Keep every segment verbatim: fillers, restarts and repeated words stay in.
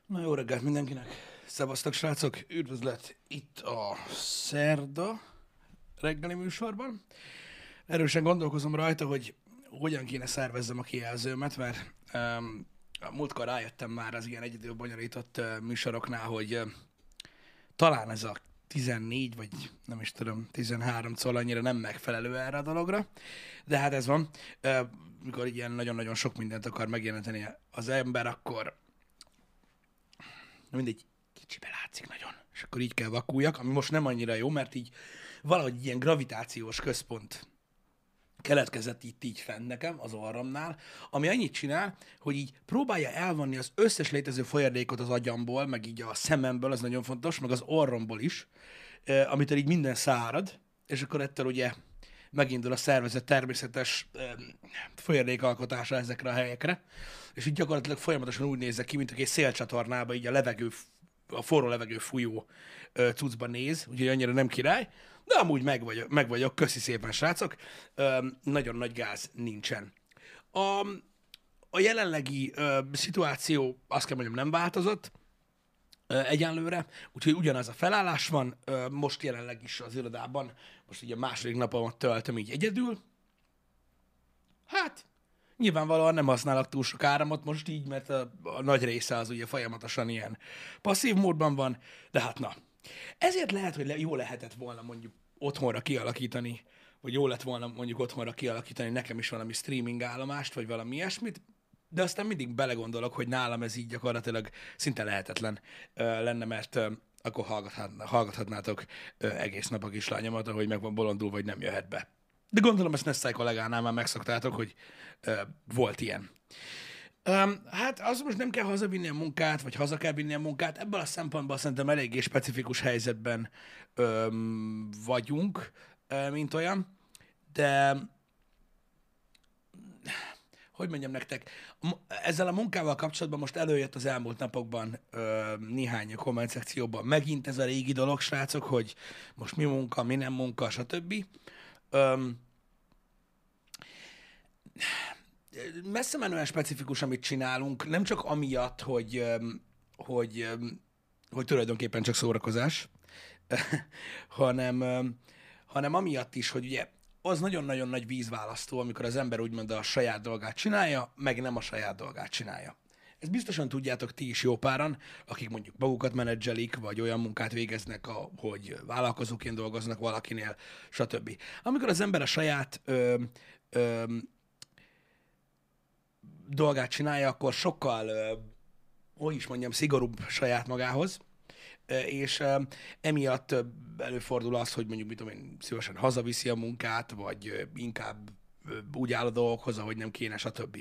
Na jó reggelt mindenkinek! Szevasztok, srácok! Üdvözlet itt a szerda reggeli műsorban. Erősen gondolkozom rajta, hogy hogyan kéne szervezzem a kijelzőmet, mert um, a múltkor rájöttem már az ilyen egyedül bonyolított uh, műsoroknál, hogy uh, talán ez a tizennégy, vagy nem is tudom, tizenhárom coll annyira nem megfelelő erre a dologra. De hát ez van. Uh, mikor ilyen nagyon-nagyon sok mindent akar megjelenteni az ember, akkor na mindegy, kicsibe látszik nagyon. És akkor így kell vakuljak, ami most nem annyira jó, mert így valahogy ilyen gravitációs központ keletkezett itt így fenn nekem, az orromnál, ami annyit csinál, hogy így próbálja elvonni az összes létező folyadékot az agyamból, meg így a szememből, ez nagyon fontos, meg az orromból is, eh, amitől így minden szárad, és akkor ettől ugye megindul a szervezet természetes eh, folyadékalkotása ezekre a helyekre, és így gyakorlatilag folyamatosan úgy nézek ki, mint aki egy szélcsatornába így a levegő, a forró levegő fújó ö, cuccba néz, úgyhogy annyira nem király, de amúgy meg vagyok, meg vagyok. Köszi szépen, srácok. Ö, nagyon nagy gáz nincsen. A, a jelenlegi ö, szituáció, azt kell mondjam, nem változott ö, egyenlőre, úgyhogy ugyanaz a felállás van, ö, most jelenleg is az irodában, most ugye a második napomat töltöm így egyedül. Hát, nyilvánvalóan nem használok túl sok áramot most így, mert a, a nagy része az ugye folyamatosan ilyen passzív módban van, de hát na. Ezért lehet, hogy le, jó lehetett volna mondjuk otthonra kialakítani, vagy jó lett volna mondjuk otthonra kialakítani nekem is valami streaming állomást, vagy valami ilyesmit, de aztán mindig belegondolok, hogy nálam ez így gyakorlatilag szinte lehetetlen ö, lenne, mert ö, akkor hallgathatná, hallgathatnátok ö, egész nap a kislányomat, ahogy meg van bolondul, vagy nem jöhet be. De gondolom ezt Nessai kollégánál már megszoktátok, hogy ö, volt ilyen. Um, hát az most nem kell hazavinni a munkát, vagy haza kell vinni a munkát. Ebből a szempontból szerintem eléggé specifikus helyzetben öm, vagyunk, ö, mint olyan. De hogy mondjam nektek, m- ezzel a munkával kapcsolatban most előjött az elmúlt napokban ö, néhány komment szekcióban megint ez a régi dolog, srácok, hogy most mi munka, mi nem munka, stb. Öm, messze menően specifikus, amit csinálunk, nem csak amiatt, hogy, öm, hogy, öm, hogy tulajdonképpen csak szórakozás, hanem, öm, hanem amiatt is, hogy ugye az nagyon-nagyon nagy vízválasztó, amikor az ember úgymond a saját dolgát csinálja, meg nem a saját dolgát csinálja. Ezt biztosan tudjátok ti is jó páran, akik mondjuk magukat menedzselik, vagy olyan munkát végeznek, a, hogy vállalkozóként dolgoznak valakinél, stb. Amikor az ember a saját ö, ö, dolgát csinálja, akkor sokkal, ö, hogy is mondjam, szigorúbb saját magához, ö, és ö, emiatt ö, előfordul az, hogy mondjuk, mit tudom én, szívesen hazaviszi a munkát, vagy ö, inkább ö, úgy áll a dolgokhoz, ahogy nem kéne, stb.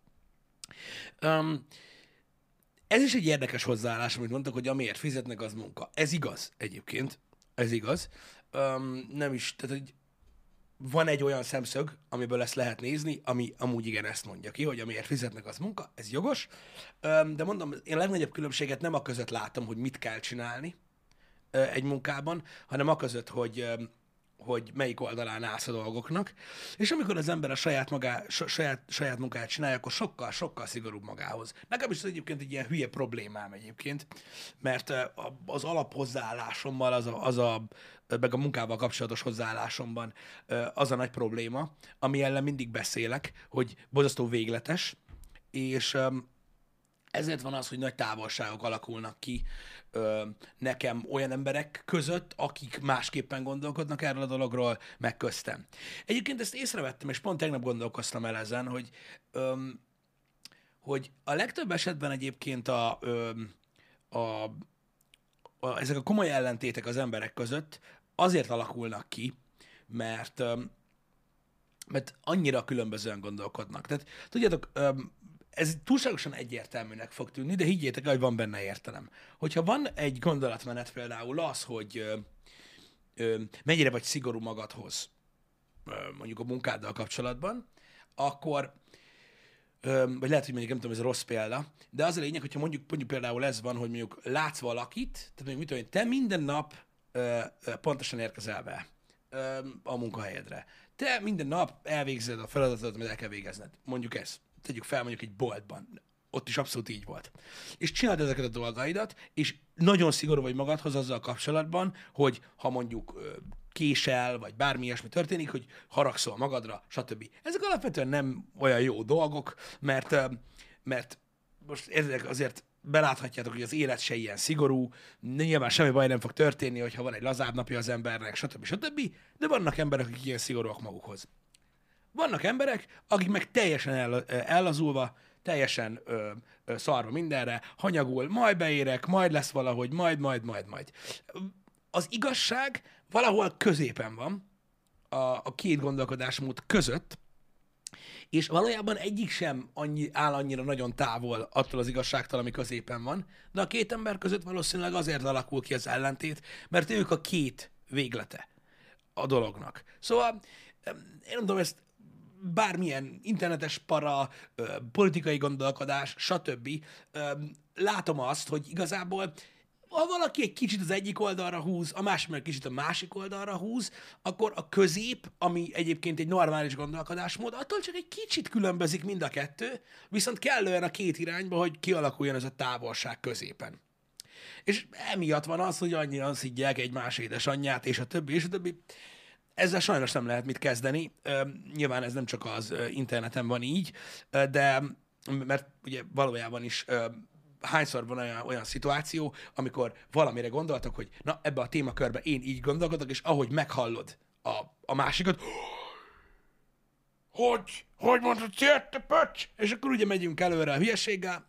Um, ez is egy érdekes hozzáállás, amit mondtak, hogy amiért fizetnek, az munka. Ez igaz egyébként, ez igaz. Um, nem is, tehát hogy van egy olyan szemszög, amiből ezt lehet nézni, ami amúgy igen ezt mondja ki, hogy amiért fizetnek, az munka, ez jogos. Um, de mondom, én a legnagyobb különbséget nem a között látom, hogy mit kell csinálni uh, egy munkában, hanem a között, hogy um, hogy melyik oldalán állsz a dolgoknak, és amikor az ember a saját, magá, saját, saját munkáját csinálja, akkor sokkal, sokkal szigorúbb magához. Nekem is ez egyébként egy ilyen hülye problémám egyébként, mert az alaphozzáállásommal, az a, az a, meg a munkával kapcsolatos hozzáállásomban az a nagy probléma, ami ellen mindig beszélek, hogy borzasztó végletes, és ezért van az, hogy nagy távolságok alakulnak ki ö, nekem olyan emberek között, akik másképpen gondolkodnak erről a dologról, meg köztem. Egyébként ezt észrevettem, és pont tegnap gondolkoztam el ezen, hogy, ö, hogy a legtöbb esetben egyébként a, ö, a, a, ezek a komoly ellentétek az emberek között azért alakulnak ki, mert, ö, mert annyira különbözően gondolkodnak. Tehát tudjátok, ö, ez túlságosan egyértelműnek fog tűnni, de higgyétek el, hogy van benne értelem. Hogyha van egy gondolatmenet például az, hogy ö, ö, mennyire vagy szigorú magadhoz, ö, mondjuk a munkáddal kapcsolatban, akkor, ö, vagy lehet, hogy mondjuk nem tudom, ez a rossz példa, de az a lényeg, hogyha mondjuk, mondjuk például ez van, hogy mondjuk látsz valakit, tehát mondjuk mit tudom én, te minden nap ö, ö, pontosan érkezel be ö, a munkahelyedre. Te minden nap elvégzed a feladatot, amit el kell végezned. Mondjuk ez. Tegyük fel mondjuk egy boltban. ott is abszolút így volt. És csináld ezeket a dolgaidat, és nagyon szigorú vagy magadhoz azzal kapcsolatban, hogy ha mondjuk ö, késel, vagy bármi ilyesmi történik, hogy haragszol magadra, stb. Ezek alapvetően nem olyan jó dolgok, mert, ö, mert most ezek azért beláthatjátok, hogy az élet se ilyen szigorú, nyilván semmi baj nem fog történni, hogyha van egy lazább napja az embernek, stb. stb. De vannak emberek, akik ilyen szigorúak magukhoz. Vannak emberek, akik meg teljesen el, ellazulva, teljesen ö, ö, szarva mindenre, hanyagul, majd beérek, majd lesz valahogy, majd, majd, majd, majd. Az igazság valahol középen van, a, a két gondolkodásmód között, és valójában egyik sem annyi, áll annyira nagyon távol attól az igazságtól, ami középen van, de a két ember között valószínűleg azért alakul ki az ellentét, mert ők a két véglete a dolognak. Szóval én nem tudom, ezt bármilyen internetes para, politikai gondolkodás, stb. Látom azt, hogy igazából ha valaki egy kicsit az egyik oldalra húz, a másik meg kicsit a másik oldalra húz, akkor a közép, ami egyébként egy normális gondolkodásmód, attól csak egy kicsit különbözik mind a kettő, viszont kellően a két irányba, hogy kialakuljon ez a távolság középen. És emiatt van az, hogy annyian szidják egymás édesanyját, és a többi, és a többi. Ezzel sajnos nem lehet mit kezdeni. Nyilván ez nem csak az interneten van így, de mert ugye valójában is hányszor van olyan, olyan szituáció, amikor valamire gondoltak, hogy na, ebbe a témakörbe én így gondolkodok, és ahogy meghallod a, a másikat, hogy, hogy mondod, te pöcs? És akkor ugye megyünk előre a hülyeséggel.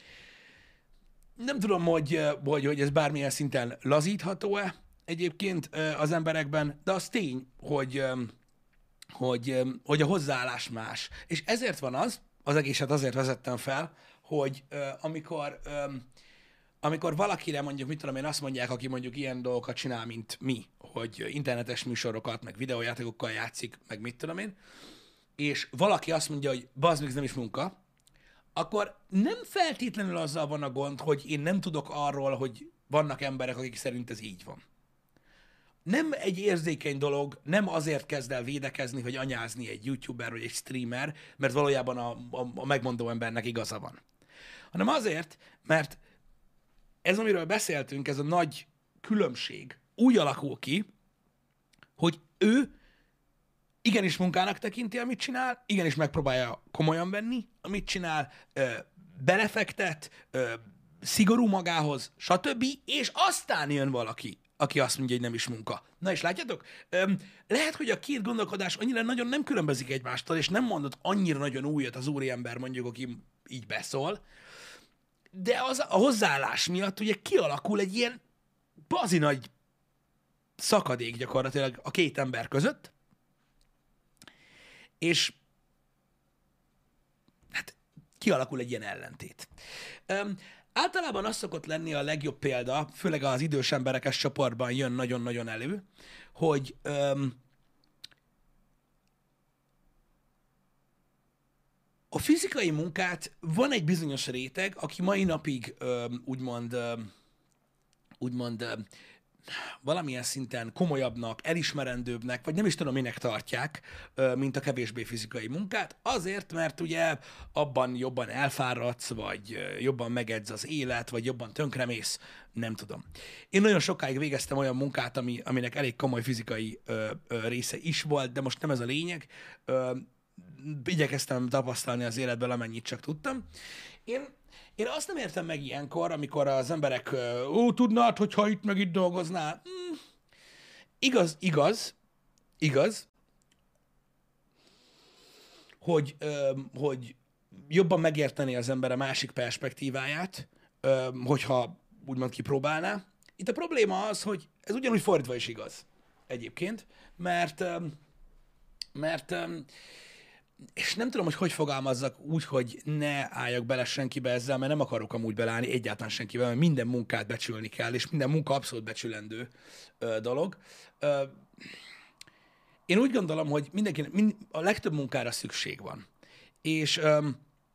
Nem tudom, hogy, hogy, hogy ez bármilyen szinten lazítható-e egyébként az emberekben, de az tény, hogy, hogy, hogy a hozzáállás más. És ezért van az, az egészet azért vezettem fel, hogy uh, amikor, um, amikor valakire mondjuk, mit tudom én, azt mondják, aki mondjuk ilyen dolgokat csinál, mint mi, hogy internetes műsorokat, meg videójátékokkal játszik, meg mit tudom én, és valaki azt mondja, hogy bazd meg, ez nem is munka, akkor nem feltétlenül azzal van a gond, hogy én nem tudok arról, hogy vannak emberek, akik szerint ez így van. Nem egy érzékeny dolog, nem azért kezd el védekezni, vagy anyázni egy youtuber, vagy egy streamer, mert valójában a, a, a megmondó embernek igaza van. Hanem azért, mert ez, amiről beszéltünk, ez a nagy különbség úgy alakul ki, hogy ő igenis munkának tekinti, amit csinál, igenis megpróbálja komolyan venni, amit csinál, ö, belefektet, ö, szigorú magához, stb. És aztán jön valaki, aki azt mondja, hogy nem is munka. Na és látjátok? Ö, lehet, hogy a két gondolkodás annyira nagyon nem különbözik egymástól, és nem mondott annyira nagyon újat az úriember, mondjuk, aki így beszól, de az a hozzáállás miatt ugye kialakul egy ilyen bazi nagy szakadék gyakorlatilag a két ember között, és hát kialakul egy ilyen ellentét. Üm, általában az szokott lenni a legjobb példa, főleg az idős emberekes csoportban jön nagyon-nagyon elő, hogy üm, a fizikai munkát van egy bizonyos réteg, aki mai napig üm, úgymond, üm, úgymond üm, valamilyen szinten komolyabbnak, elismerendőbbnek, vagy nem is tudom, minek tartják, mint a kevésbé fizikai munkát, azért, mert ugye abban jobban elfáradsz, vagy jobban megedz az élet, vagy jobban tönkremész, nem tudom. Én nagyon sokáig végeztem olyan munkát, ami, aminek elég komoly fizikai ö, ö, része is volt, de most nem ez a lényeg. Ö, igyekeztem tapasztalni az életben, amennyit csak tudtam. Én Én azt nem értem meg ilyenkor, amikor az emberek, ó, tudnád, hogyha itt meg itt dolgoznál. Mm, igaz, igaz, igaz, hogy, ö, hogy jobban megérteni az ember a másik perspektíváját, ö, hogyha úgymond kipróbálná. Itt a probléma az, hogy ez ugyanúgy fordítva is igaz egyébként, mert, ö, mert ö, és nem tudom, hogy hogy fogalmazzak úgy, hogy ne álljak bele senkibe ezzel, mert nem akarok amúgy beleállni egyáltalán senkibe, mert minden munkát becsülni kell, és minden munka abszolút becsülendő ö, dolog. Ö, én úgy gondolom, hogy mindenkinek, mind, a legtöbb munkára szükség van. És ö,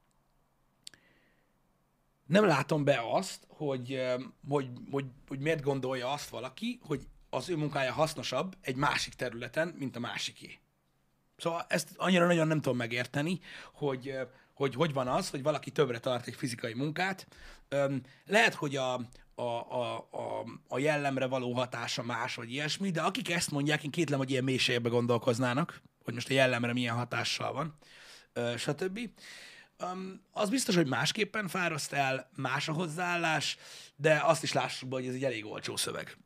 nem látom be azt, hogy, ö, hogy, hogy, hogy miért gondolja azt valaki, hogy az ő munkája hasznosabb egy másik területen, mint a másiké. Szóval ezt annyira nagyon nem tudom megérteni, hogy, hogy hogy van az, hogy valaki többre tart egy fizikai munkát. Öm, lehet, hogy a, a, a, a, a jellemre való hatása más, vagy ilyesmi, de akik ezt mondják, én kétlem, hogy ilyen mélységbe gondolkoznának, hogy most a jellemre milyen hatással van, ö, stb. Um, az biztos, hogy másképpen fáraszt el, más a hozzáállás, de azt is lássuk be, hogy ez egy elég olcsó szöveg.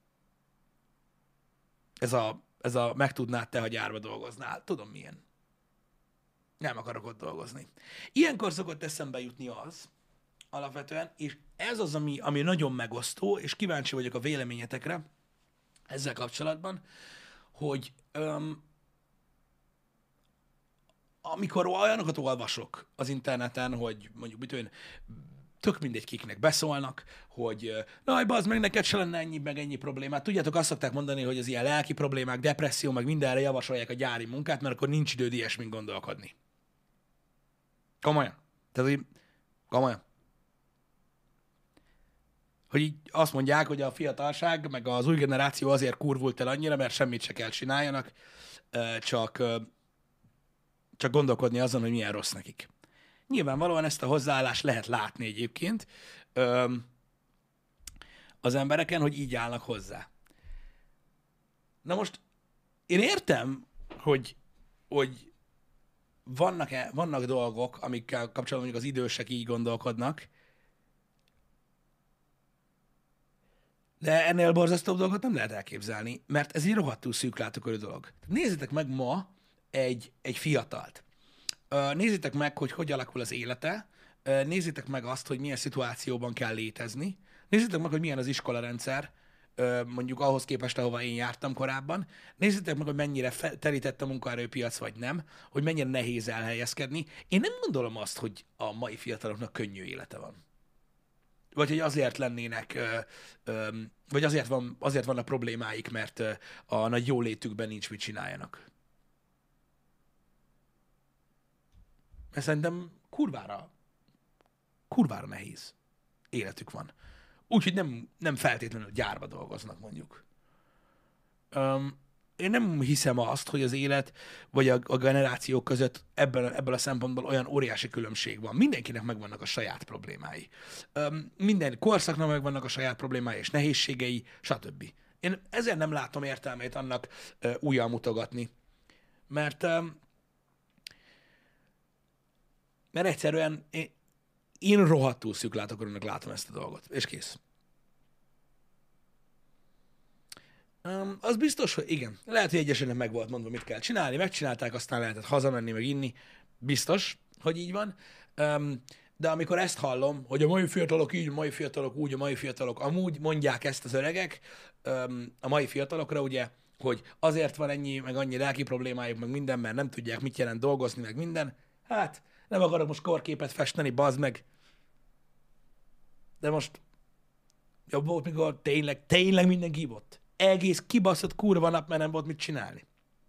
Ez a, ez a meg tudnád te, ha gyárba dolgoznál. Tudom milyen. Nem akarok ott dolgozni. Ilyenkor szokott eszembe jutni az, alapvetően, és ez az, ami, ami nagyon megosztó, és kíváncsi vagyok a véleményetekre ezzel kapcsolatban, hogy öm, amikor olyanokat olvasok az interneten, hogy mondjuk mit olyan, tök mindegy kiknek beszólnak, hogy na, bazd meg, neked se lenne ennyi, meg ennyi problémát. Tudjátok, azt szokták mondani, hogy az ilyen lelki problémák, depresszió, meg mindenre javasolják a gyári munkát, mert akkor nincs időd ilyesmin gondolkodni. Komolyan. Tehát, hogy komolyan. Hogy így azt mondják, hogy a fiatalság, meg az új generáció azért kurvult el annyira, mert semmit se kell csináljanak, csak, csak gondolkodni azon, hogy milyen rossz nekik. Nyilvánvalóan ezt a hozzáállást lehet látni egyébként az embereken, hogy így állnak hozzá. Na most én értem, hogy, hogy vannak, -e, vannak dolgok, amikkel kapcsolatban mondjuk az idősek így gondolkodnak, de ennél borzasztóbb dolgot nem lehet elképzelni, mert ez egy rohadtul szűk látókörű dolog. Nézzétek meg ma egy, egy fiatalt. Nézzétek meg, hogy hogy alakul az élete, nézzétek meg azt, hogy milyen szituációban kell létezni, nézzétek meg, hogy milyen az iskolarendszer, mondjuk ahhoz képest, ahova én jártam korábban, nézzétek meg, hogy mennyire terített a munkaerőpiac, vagy nem, hogy mennyire nehéz elhelyezkedni. Én nem gondolom azt, hogy a mai fiataloknak könnyű élete van. Vagy hogy azért lennének, vagy azért, van, azért vannak problémáik, mert a nagy jólétükben nincs mit csináljanak. Mert szerintem kurvára, kurvára nehéz életük van. Úgyhogy nem, nem feltétlenül gyárba dolgoznak, mondjuk. Um, én nem hiszem azt, hogy az élet, vagy a, a generációk között ebben, ebből a szempontból olyan óriási különbség van. Mindenkinek megvannak a saját problémái. Um, minden korszaknak megvannak a saját problémái és nehézségei, stb. Én ezért nem látom értelmét annak uh, újjal mutogatni. Mert um, Mert egyszerűen én, én rohadtul szűk látókörűnek látom ezt a dolgot. És kész. Um, az biztos, hogy igen. Lehet, hogy egyesenek meg volt mondva, mit kell csinálni. Megcsinálták, aztán lehetett hazamenni, meg inni. Biztos, hogy így van. Um, de amikor ezt hallom, hogy a mai fiatalok így, a mai fiatalok úgy, a mai fiatalok amúgy mondják ezt az öregek, um, a mai fiatalokra ugye, hogy azért van ennyi, meg annyi lelki problémájuk, meg minden, mert nem tudják, mit jelent dolgozni, meg minden. Hát, nem akarok most korképet festeni, bazd meg. De most jobb volt, mikor tényleg, tényleg mindenki hívott. Egész kibaszott kurva nap, mert nem volt mit csinálni.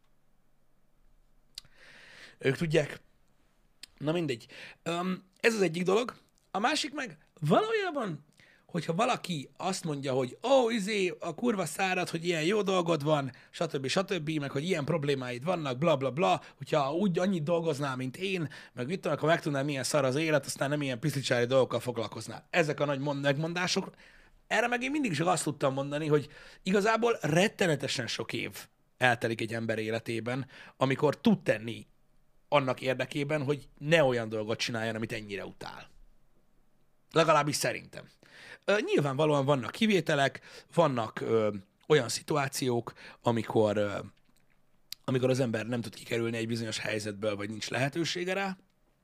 Ők tudják. Na mindegy. Um, ez az egyik dolog. A másik meg valójában, hogyha valaki azt mondja, hogy ó, oh, izé, a kurva szárad, hogy ilyen jó dolgod van, stb. stb., meg hogy ilyen problémáid vannak, bla bla bla, hogyha úgy annyit dolgoznál, mint én, meg mit tudom, akkor megtudnál, milyen szar az élet, aztán nem ilyen piszlicsári dolgokkal foglalkoznál. Ezek a nagy megmondások. Erre meg én mindig is azt tudtam mondani, hogy igazából rettenetesen sok év eltelik egy ember életében, amikor tud tenni annak érdekében, hogy ne olyan dolgot csináljon, amit ennyire utál. Legalábbis szerintem. Ö, nyilvánvalóan vannak kivételek, vannak ö, olyan szituációk, amikor, ö, amikor az ember nem tud kikerülni egy bizonyos helyzetből, vagy nincs lehetősége rá.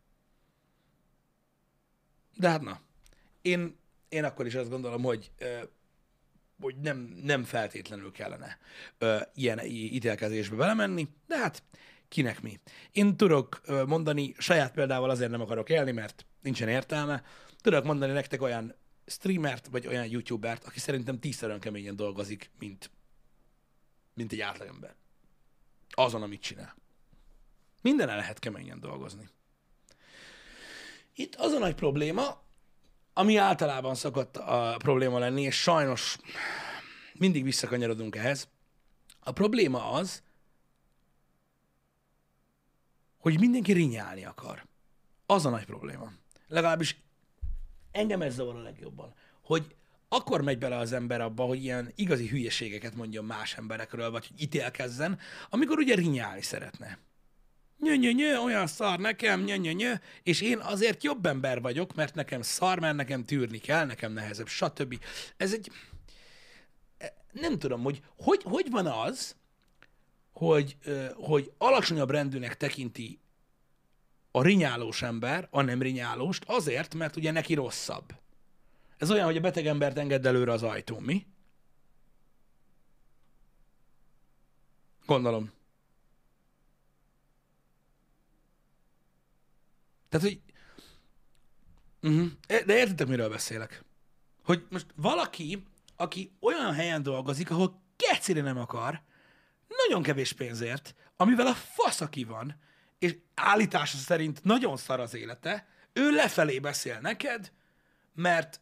De hát na, én, én akkor is azt gondolom, hogy, ö, hogy nem, nem feltétlenül kellene ö, ilyen ítélkezésbe belemenni, de hát kinek mi. Én tudok ö, mondani, saját példával azért nem akarok élni, mert nincsen értelme, tudok mondani nektek olyan streamert, vagy olyan youtubert, aki szerintem tízszer olyan keményen dolgozik, mint, mint egy átlagember. Azon, amit csinál. Mindenen lehet keményen dolgozni. Itt az a nagy probléma, ami általában szokott a probléma lenni, és sajnos mindig visszakanyarodunk ehhez. A probléma az, hogy mindenki rinyálni akar. Az a nagy probléma. Legalábbis engem ez zavar a legjobban, hogy akkor megy bele az ember abba, hogy ilyen igazi hülyeségeket mondjon más emberekről, vagy hogy ítélkezzen, amikor ugye rinyálni szeretne. Nyö, nyö, nyö, olyan szar nekem, nyö, nyö, nyö, és én azért jobb ember vagyok, mert nekem szar, mert nekem tűrni kell, nekem nehezebb, stb. Ez egy... Nem tudom, hogy hogy, hogy van az, hogy, hogy alacsonyabb rendűnek tekinti a rinyálós ember, a nem rinyálóst, azért, mert ugye neki rosszabb. Ez olyan, hogy a beteg embert engedd előre az ajtón, mi? Gondolom. Tehát, hogy... Uh-huh. De értitek, miről beszélek? Hogy most valaki, aki olyan helyen dolgozik, ahol kecire nem akar, nagyon kevés pénzért, amivel a fasz aki van, és állítása szerint nagyon szar az élete, ő lefelé beszél neked, mert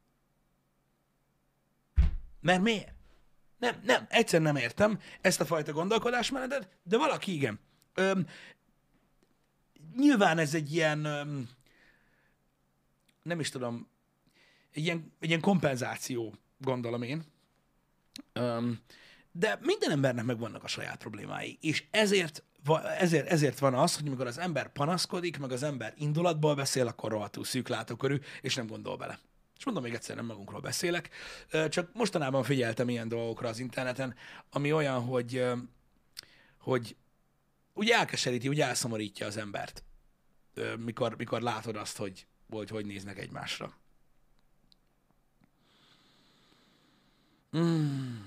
mert miért? Nem, nem, egyszer nem értem ezt a fajta gondolkodásmenetet, de valaki igen. Öm, nyilván ez egy ilyen, öm, nem is tudom, egy ilyen, egy ilyen kompenzáció, gondolom én. Öm, de minden embernek megvannak a saját problémái, és ezért, ezért, ezért van az, hogy amikor az ember panaszkodik, meg az ember indulatból beszél, akkor rohadtul szűklátókörű, és nem gondol bele. És mondom, még egyszer nem magunkról beszélek, csak mostanában figyeltem ilyen dolgokra az interneten, ami olyan, hogy, hogy úgy elkeseríti, úgy elszomorítja az embert, mikor, mikor látod azt, hogy, hogy hogy néznek egymásra. Mm.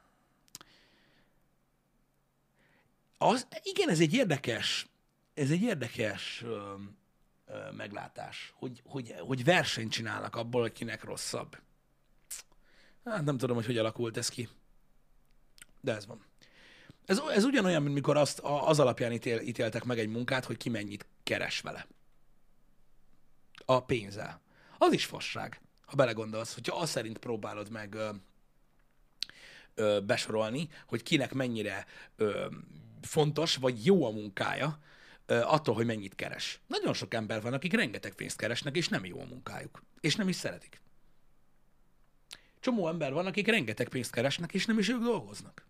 Az, igen, ez egy érdekes, ez egy érdekes ö, ö, meglátás, hogy, hogy, hogy versenyt csinálnak abból, hogy kinek rosszabb. Hát nem tudom, hogy hogy alakult ez ki, de ez van. Ez, ez ugyanolyan, mint mikor azt, az alapján ítél, ítéltek meg egy munkát, hogy ki mennyit keres vele. A pénzzel. Az is fasság, ha belegondolsz, hogyha azt szerint próbálod meg ö, ö, besorolni, hogy kinek mennyire ö, fontos, vagy jó a munkája, ö, attól, hogy mennyit keres. Nagyon sok ember van, akik rengeteg pénzt keresnek, és nem jó a munkájuk. És nem is szeretik. Csomó ember van, akik rengeteg pénzt keresnek, és nem is ők dolgoznak.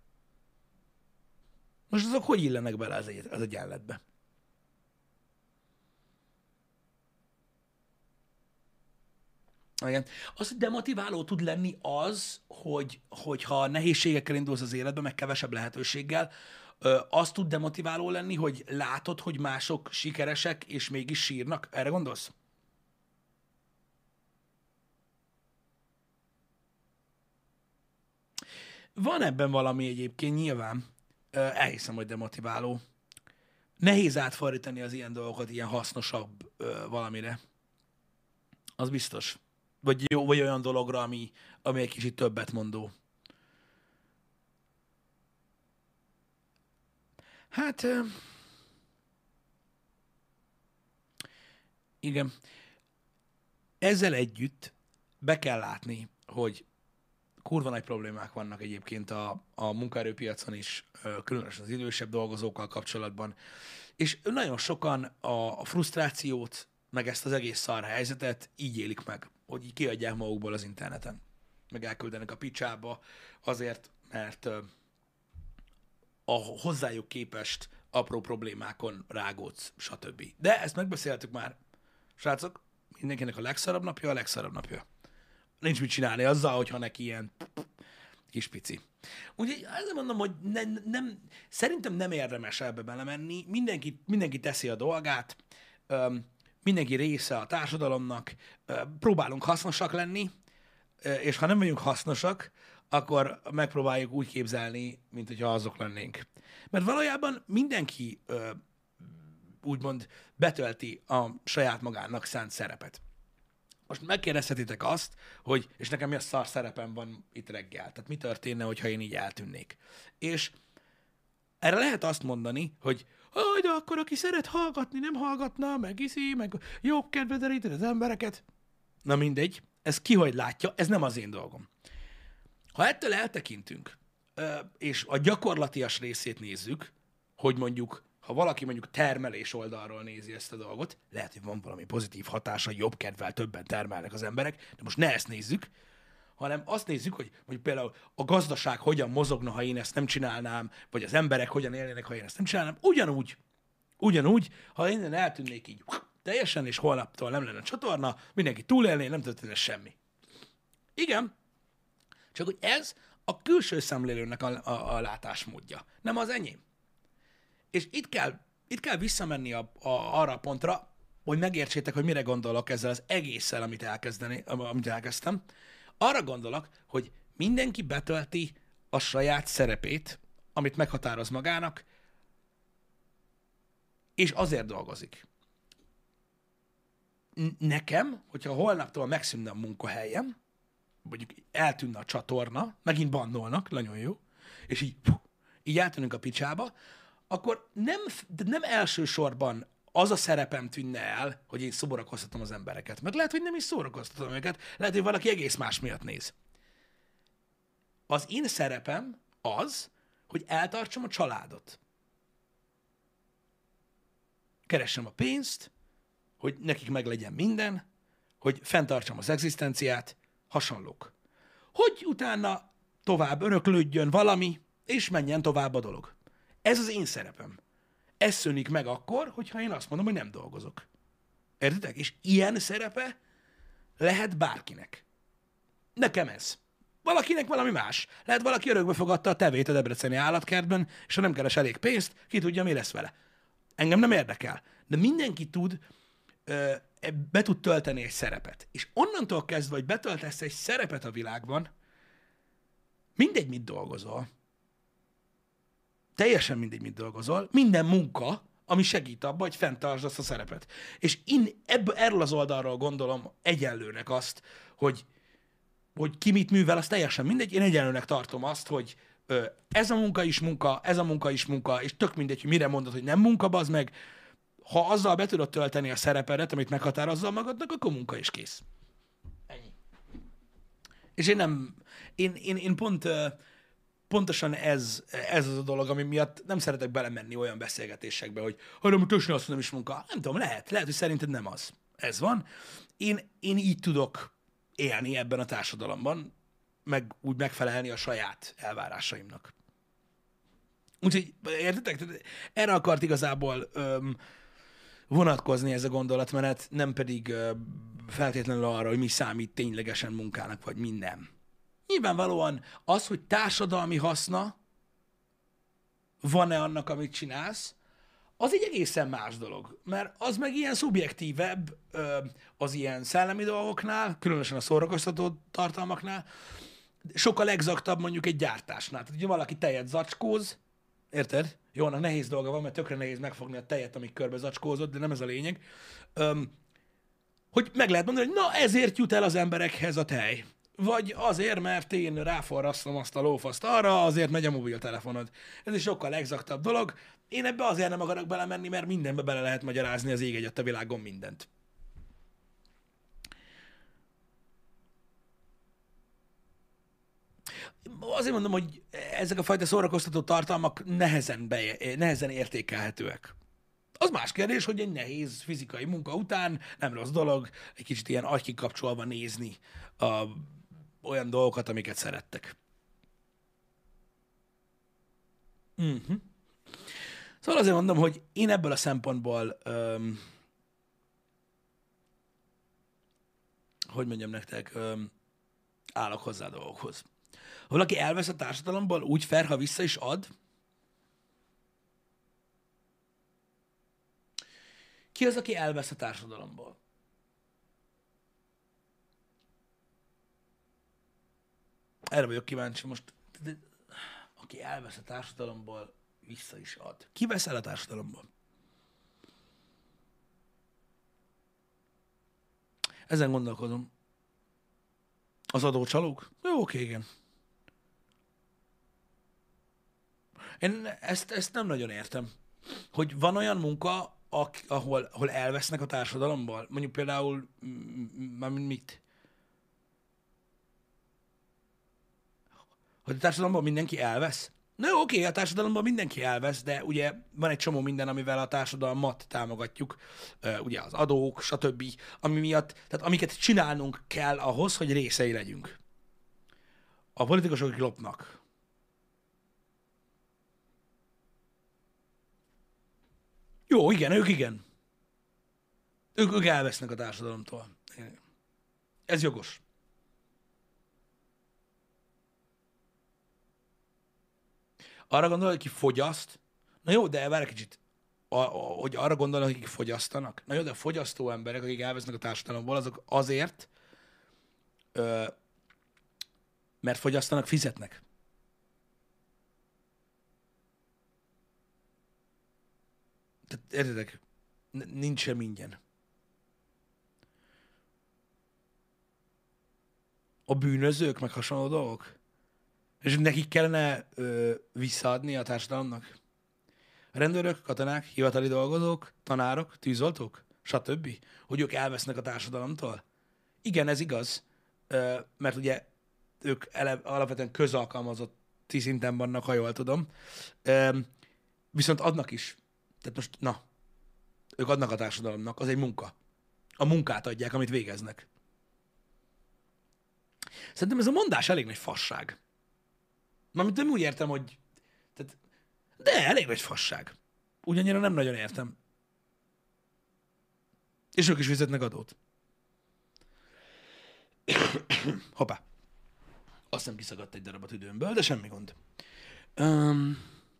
Most azok hogy illenek bele az, egy, az egyenletbe? Igen. Az, hogy demotiváló tud lenni az, hogy, hogyha nehézségekkel indulsz az életbe, meg kevesebb lehetőséggel, az tud demotiváló lenni, hogy látod, hogy mások sikeresek, és mégis sírnak. Erre gondolsz? Van ebben valami egyébként, nyilván. Elhiszem, hogy demotiváló. Nehéz átfordítani az ilyen dolgokat ilyen hasznosabb valamire. Az biztos. Vagy jó, vagy olyan dologra, ami, ami egy kicsit többet mondó. Hát, igen. Ezzel együtt be kell látni, hogy kurva nagy problémák vannak egyébként a, a munkaerőpiacon is, különösen az idősebb dolgozókkal kapcsolatban. És nagyon sokan a, a frusztrációt, meg ezt az egész szar helyzetet így élik meg, hogy így kiadják magukból az interneten. Meg elküldenek a picsába azért, mert a hozzájuk képest apró problémákon rágódsz, stb. De ezt megbeszéltük már. Srácok, mindenkinek a legszarabb napja a legszarabb napja. Nincs mit csinálni azzal, hogyha neki ilyen kis pici. Úgyhogy azért mondom, hogy ne, nem, szerintem nem érdemes ebbe belemenni. Mindenki, mindenki teszi a dolgát, öm, mindenki része a társadalomnak, öm, próbálunk hasznosak lenni, és ha nem vagyunk hasznosak, akkor megpróbáljuk úgy képzelni, mint hogyha azok lennénk. Mert valójában mindenki öm, úgymond betölti a saját magának szánt szerepet. Most megkérdezhetitek azt, hogy és nekem mi a szar szerepem van itt reggel. Tehát mi történne, hogyha én így eltűnnék. És erre lehet azt mondani, hogy hogy de akkor aki szeret hallgatni, nem hallgatna, meg iszi, meg jobb kedve deríted az embereket. Na mindegy, ez ki hogy látja, ez nem az én dolgom. Ha ettől eltekintünk, és a gyakorlatias részét nézzük, hogy mondjuk ha valaki mondjuk termelés oldalról nézi ezt a dolgot, lehet, hogy van valami pozitív hatása, jobb kedvel többen termelnek az emberek, de most ne ezt nézzük, hanem azt nézzük, hogy, hogy például a gazdaság hogyan mozogna, ha én ezt nem csinálnám, vagy az emberek hogyan élnének, ha én ezt nem csinálnám. Ugyanúgy, ugyanúgy, ha innen eltűnnék így teljesen, és holnaptól nem lenne csatorna, mindenki túlélné, nem történne semmi. Igen, csak hogy ez a külső szemlélőnek a, a, a látásmódja, nem az enyém. És itt kell, itt kell visszamenni a, a, arra a pontra, hogy megértsétek, hogy mire gondolok ezzel az egésszel, amit, elkezdeni, amit elkezdtem. Arra gondolok, hogy mindenki betölti a saját szerepét, amit meghatároz magának, és azért dolgozik. Nekem, hogyha holnaptól megszűnne a munkahelyem, mondjuk eltűnne a csatorna, megint bannolnak, nagyon jó, és így, így eltűnünk a picsába, akkor nem, de nem elsősorban az a szerepem tűnne el, hogy én szórakoztatom az embereket. Mert lehet, hogy nem is szórakoztatom őket, lehet, hogy valaki egész más miatt néz. Az én szerepem az, hogy eltartsam a családot. Keressem a pénzt, hogy nekik meglegyen minden, hogy fenntartsam az egzisztenciát, hasonlók. Hogy utána tovább öröklődjön valami, és menjen tovább a dolog. Ez az én szerepem. Ez szűnik meg akkor, hogyha én azt mondom, hogy nem dolgozok. Értitek? És ilyen szerepe lehet bárkinek. Nekem ez. Valakinek valami más. Lehet valaki örökbe fogadta a tevét a debreceni állatkertben, és ha nem keres elég pénzt, ki tudja, mi lesz vele. Engem nem érdekel. De mindenki tud, ö, be tud tölteni egy szerepet. És onnantól kezdve, hogy betöltesz egy szerepet a világban, mindegy, mit dolgozol. Teljesen mindegy, mit dolgozol. Minden munka, ami segít abba, hogy fenntartsd azt a szerepet. És én ebből, erről az oldalról gondolom egyenlőnek azt, hogy, hogy ki mit művel, az teljesen mindegy. Én egyenlőnek tartom azt, hogy ö, ez a munka is munka, ez a munka is munka, és tök mindegy, hogy mire mondod, hogy nem munka, bazd meg. Ha azzal be tudod tölteni a szerepedet, amit meghatározzal magadnak, akkor munka is kész. Ennyi. És én nem, én, én, én pont... Pontosan ez, ez az a dolog, ami miatt nem szeretek belemenni olyan beszélgetésekbe, hogy hanem tösni azt nem is munka. Nem tudom, lehet, lehet, hogy szerinted nem az. Ez van. Én, én így tudok élni ebben a társadalomban, meg úgy megfelelni a saját elvárásaimnak. Úgyhogy, értitek? Erre akart igazából öm, vonatkozni ez a gondolatmenet, nem pedig öm, feltétlenül arra, hogy mi számít ténylegesen munkának, vagy mi nem. Nyilvánvalóan az, hogy társadalmi haszna van-e annak, amit csinálsz, az egy egészen más dolog. Mert az meg ilyen szubjektívebb az ilyen szellemi dolgoknál, különösen a szórakoztató tartalmaknál, sokkal exaktabb mondjuk egy gyártásnál. Tehát, hogyha valaki tejet zacskóz, érted? Jó, annak nehéz dolga van, mert tökre nehéz megfogni a tejet, amíg körbe zacskózott, de nem ez a lényeg. Hogy meg lehet mondani, hogy na ezért jut el az emberekhez a tej. Vagy azért, mert én ráforrasztom azt a lófaszt arra, azért megy a mobiltelefonod. Ez is sokkal exaktabb dolog. Én ebbe azért nem akarok belemenni, mert mindenbe bele lehet magyarázni az ég egyet a világon mindent. Azért mondom, hogy ezek a fajta szórakoztató tartalmak nehezen, be, nehezen értékelhetőek. Az más kérdés, hogy egy nehéz fizikai munka után nem rossz dolog egy kicsit ilyen agykikapcsolva nézni a olyan dolgokat, amiket szerettek. Uh-huh. Szóval azért mondom, hogy én ebből a szempontból um, hogy mondjam nektek, um, állok hozzá a dolgokhoz. Ha valaki elvesz a társadalomból, úgy fair, ha vissza is ad, ki az, aki elvesz a társadalomból? Erre vagyok kíváncsi most. De, aki elvesz a társadalomból, vissza is ad. Ki vesz el a társadalomból? Ezen gondolkodom. Az adócsalók? Jó, oké, igen. Én ezt, ezt nem nagyon értem. Hogy van olyan munka, ahol, ahol elvesznek a társadalomból? Mondjuk például, mármint mit? Hogy a társadalomból mindenki elvesz? Na jó, oké, a társadalomban mindenki elvesz, de ugye van egy csomó minden, amivel a társadalmat támogatjuk, Ö, ugye az adók, stb., ami miatt, tehát amiket csinálnunk kell ahhoz, hogy részei legyünk. A politikusok lopnak. Jó, igen, ők igen. Ők, ők elvesznek a társadalomtól. Igen. Ez jogos. Arra gondolod, hogy ki fogyaszt? Na jó, de várj egy kicsit. A, a, hogy arra gondolod, akik fogyasztanak? Na jó, de a fogyasztó emberek, akik elvesznek a társadalomból, azok azért, ö, mert fogyasztanak, fizetnek. Tehát értedek? N- nincs sem ingyen. A bűnözők, meg hasonló dolgok. És nekik kellene ö, visszaadni a társadalomnak? Rendőrök, katonák, hivatali dolgozók, tanárok, tűzoltók, stb. Hogy ők elvesznek a társadalomtól? Igen, ez igaz, ö, mert ugye ők ele, alapvetően közalkalmazotti szinten vannak, ha jól tudom. Ö, viszont adnak is. Tehát most, na, ők adnak a társadalomnak, az egy munka. A munkát adják, amit végeznek. Szerintem ez a mondás elég nagy fasság. Mármint nem úgy értem, hogy... Tehát, de elég nagy fasság. Ugyannyira nem nagyon értem. És ők is fizetnek adót. Hoppá. Azt nem kiszagadt egy darab a tüdőmből, de semmi gond. Um,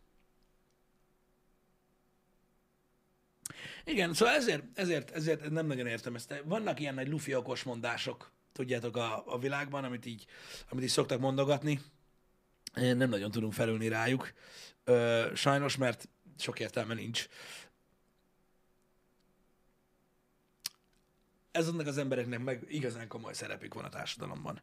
igen, szóval ezért, ezért, ezért nem nagyon értem ezt. Vannak ilyen nagy lufi okos mondások, tudjátok, a, a világban, amit így, amit így szoktak mondogatni. Nem nagyon tudunk felülni rájuk. Ö, sajnos, mert sok értelme nincs. Ezeknek az embereknek meg igazán komoly szerepük van a társadalomban.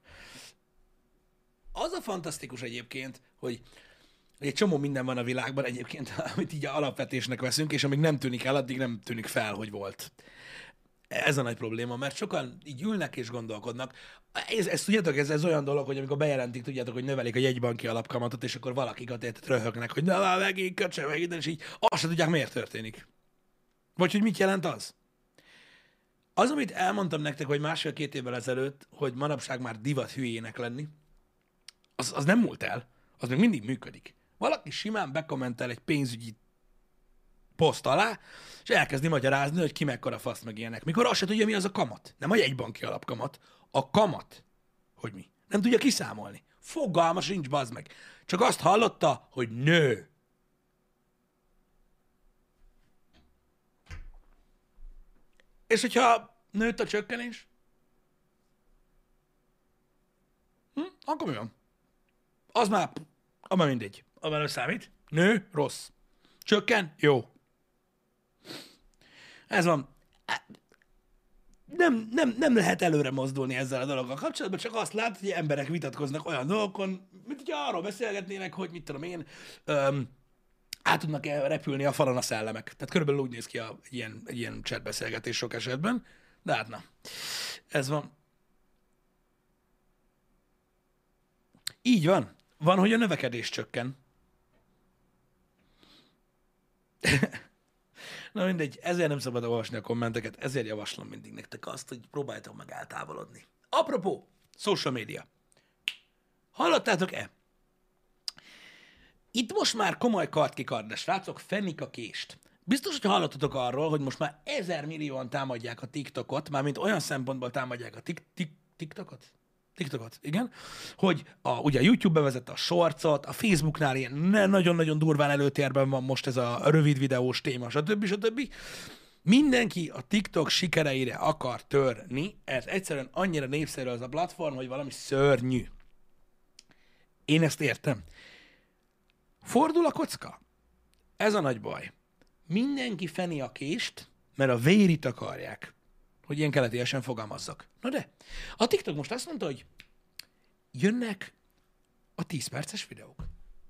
Az a fantasztikus egyébként, hogy egy csomó minden van a világban egyébként, amit így alapvetésnek veszünk, és amíg nem tűnik el, addig nem tűnik fel, hogy volt. Ez a nagy probléma, mert sokan így ülnek és gondolkodnak. Ez, ez tudjátok, ez, ez olyan dolog, hogy amikor bejelentik, tudjátok, hogy növelik a jegybanki alapkamatot, és akkor valakikat érted röhögnek, hogy na, na megint köcse, megint, és így azt se tudják, miért történik. Vagy hogy mit jelent az. Az, amit elmondtam nektek, hogy másfél-két évvel ezelőtt, hogy manapság már divat hülyének lenni, az, az nem múlt el. Az még mindig működik. Valaki simán bekommentel egy pénzügyi poszt alá, és elkezdi magyarázni, hogy ki mekkora fasz meg ilyenek. Mikor azt se tudja, mi az a kamat. Nem a jegybanki alapkamat. A kamat. Hogy mi? Nem tudja kiszámolni. Fogalma sincs, bazd meg. Csak azt hallotta, hogy nő. És hogyha nőtt a csökkenés, hm, akkor mi van? Az már, az már mindegy. Az már számít. Nő, rossz. Csökken, jó. Ez van. Nem, nem, nem lehet előre mozdulni ezzel a dologgal kapcsolatban, csak azt lát, hogy emberek vitatkoznak olyan dolgokon, mint hogyha arról beszélgetnének, hogy mit tudom én, öm, át tudnak -e repülni a falon a szellemek. Tehát körülbelül úgy néz ki a, egy, ilyen, egy ilyen chatbeszélgetés sok esetben, de hát na. Ez van. Így van. Van, hogy a növekedés csökken. Na mindegy, ezért nem szabad olvasni a kommenteket, ezért javaslom mindig nektek azt, hogy próbáljátok meg eltávolodni. Apropó, social media. Hallottátok-e? Itt most már komoly kard de srácok, fenik a kést. Biztos, hogy hallottatok arról, hogy most már ezer millióan támadják a TikTokot, mármint olyan szempontból támadják a tik- tik- TikTokot? TikTokot, igen, hogy a, ugye a YouTube bevezette a shortsot, a Facebooknál ilyen nagyon-nagyon durván előtérben van most ez a rövid videós téma, stb. stb. Mindenki a TikTok sikereire akar törni, ez egyszerűen annyira népszerű az a platform, hogy valami szörnyű. Én ezt értem. Fordul a kocka. Ez a nagy baj. Mindenki feni a kést, mert a vérit akarják. Hogy ilyen keletiesen fogalmazzak. Na de, a TikTok most azt mondta, hogy jönnek a tíz perces videók.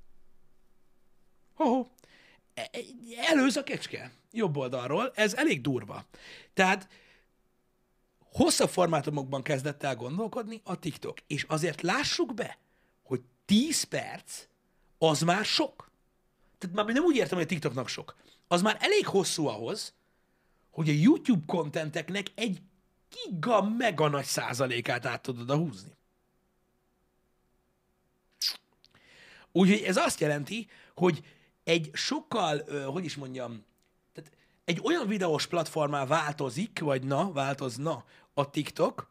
Ho-ho. Előz a kecske. Jobb oldalról. Ez elég durva. Tehát hosszabb formátumokban kezdett el gondolkodni a TikTok. És azért lássuk be, hogy tíz perc az már sok. Tehát már nem úgy értem, hogy a TikToknak sok. Az már elég hosszú ahhoz, hogy a YouTube kontenteknek egy giga mega nagy százalékát át tudod oda húzni. Úgyhogy ez azt jelenti, hogy egy sokkal, ö, hogy is mondjam, tehát egy olyan videós platformá változik, vagy na, változna a TikTok,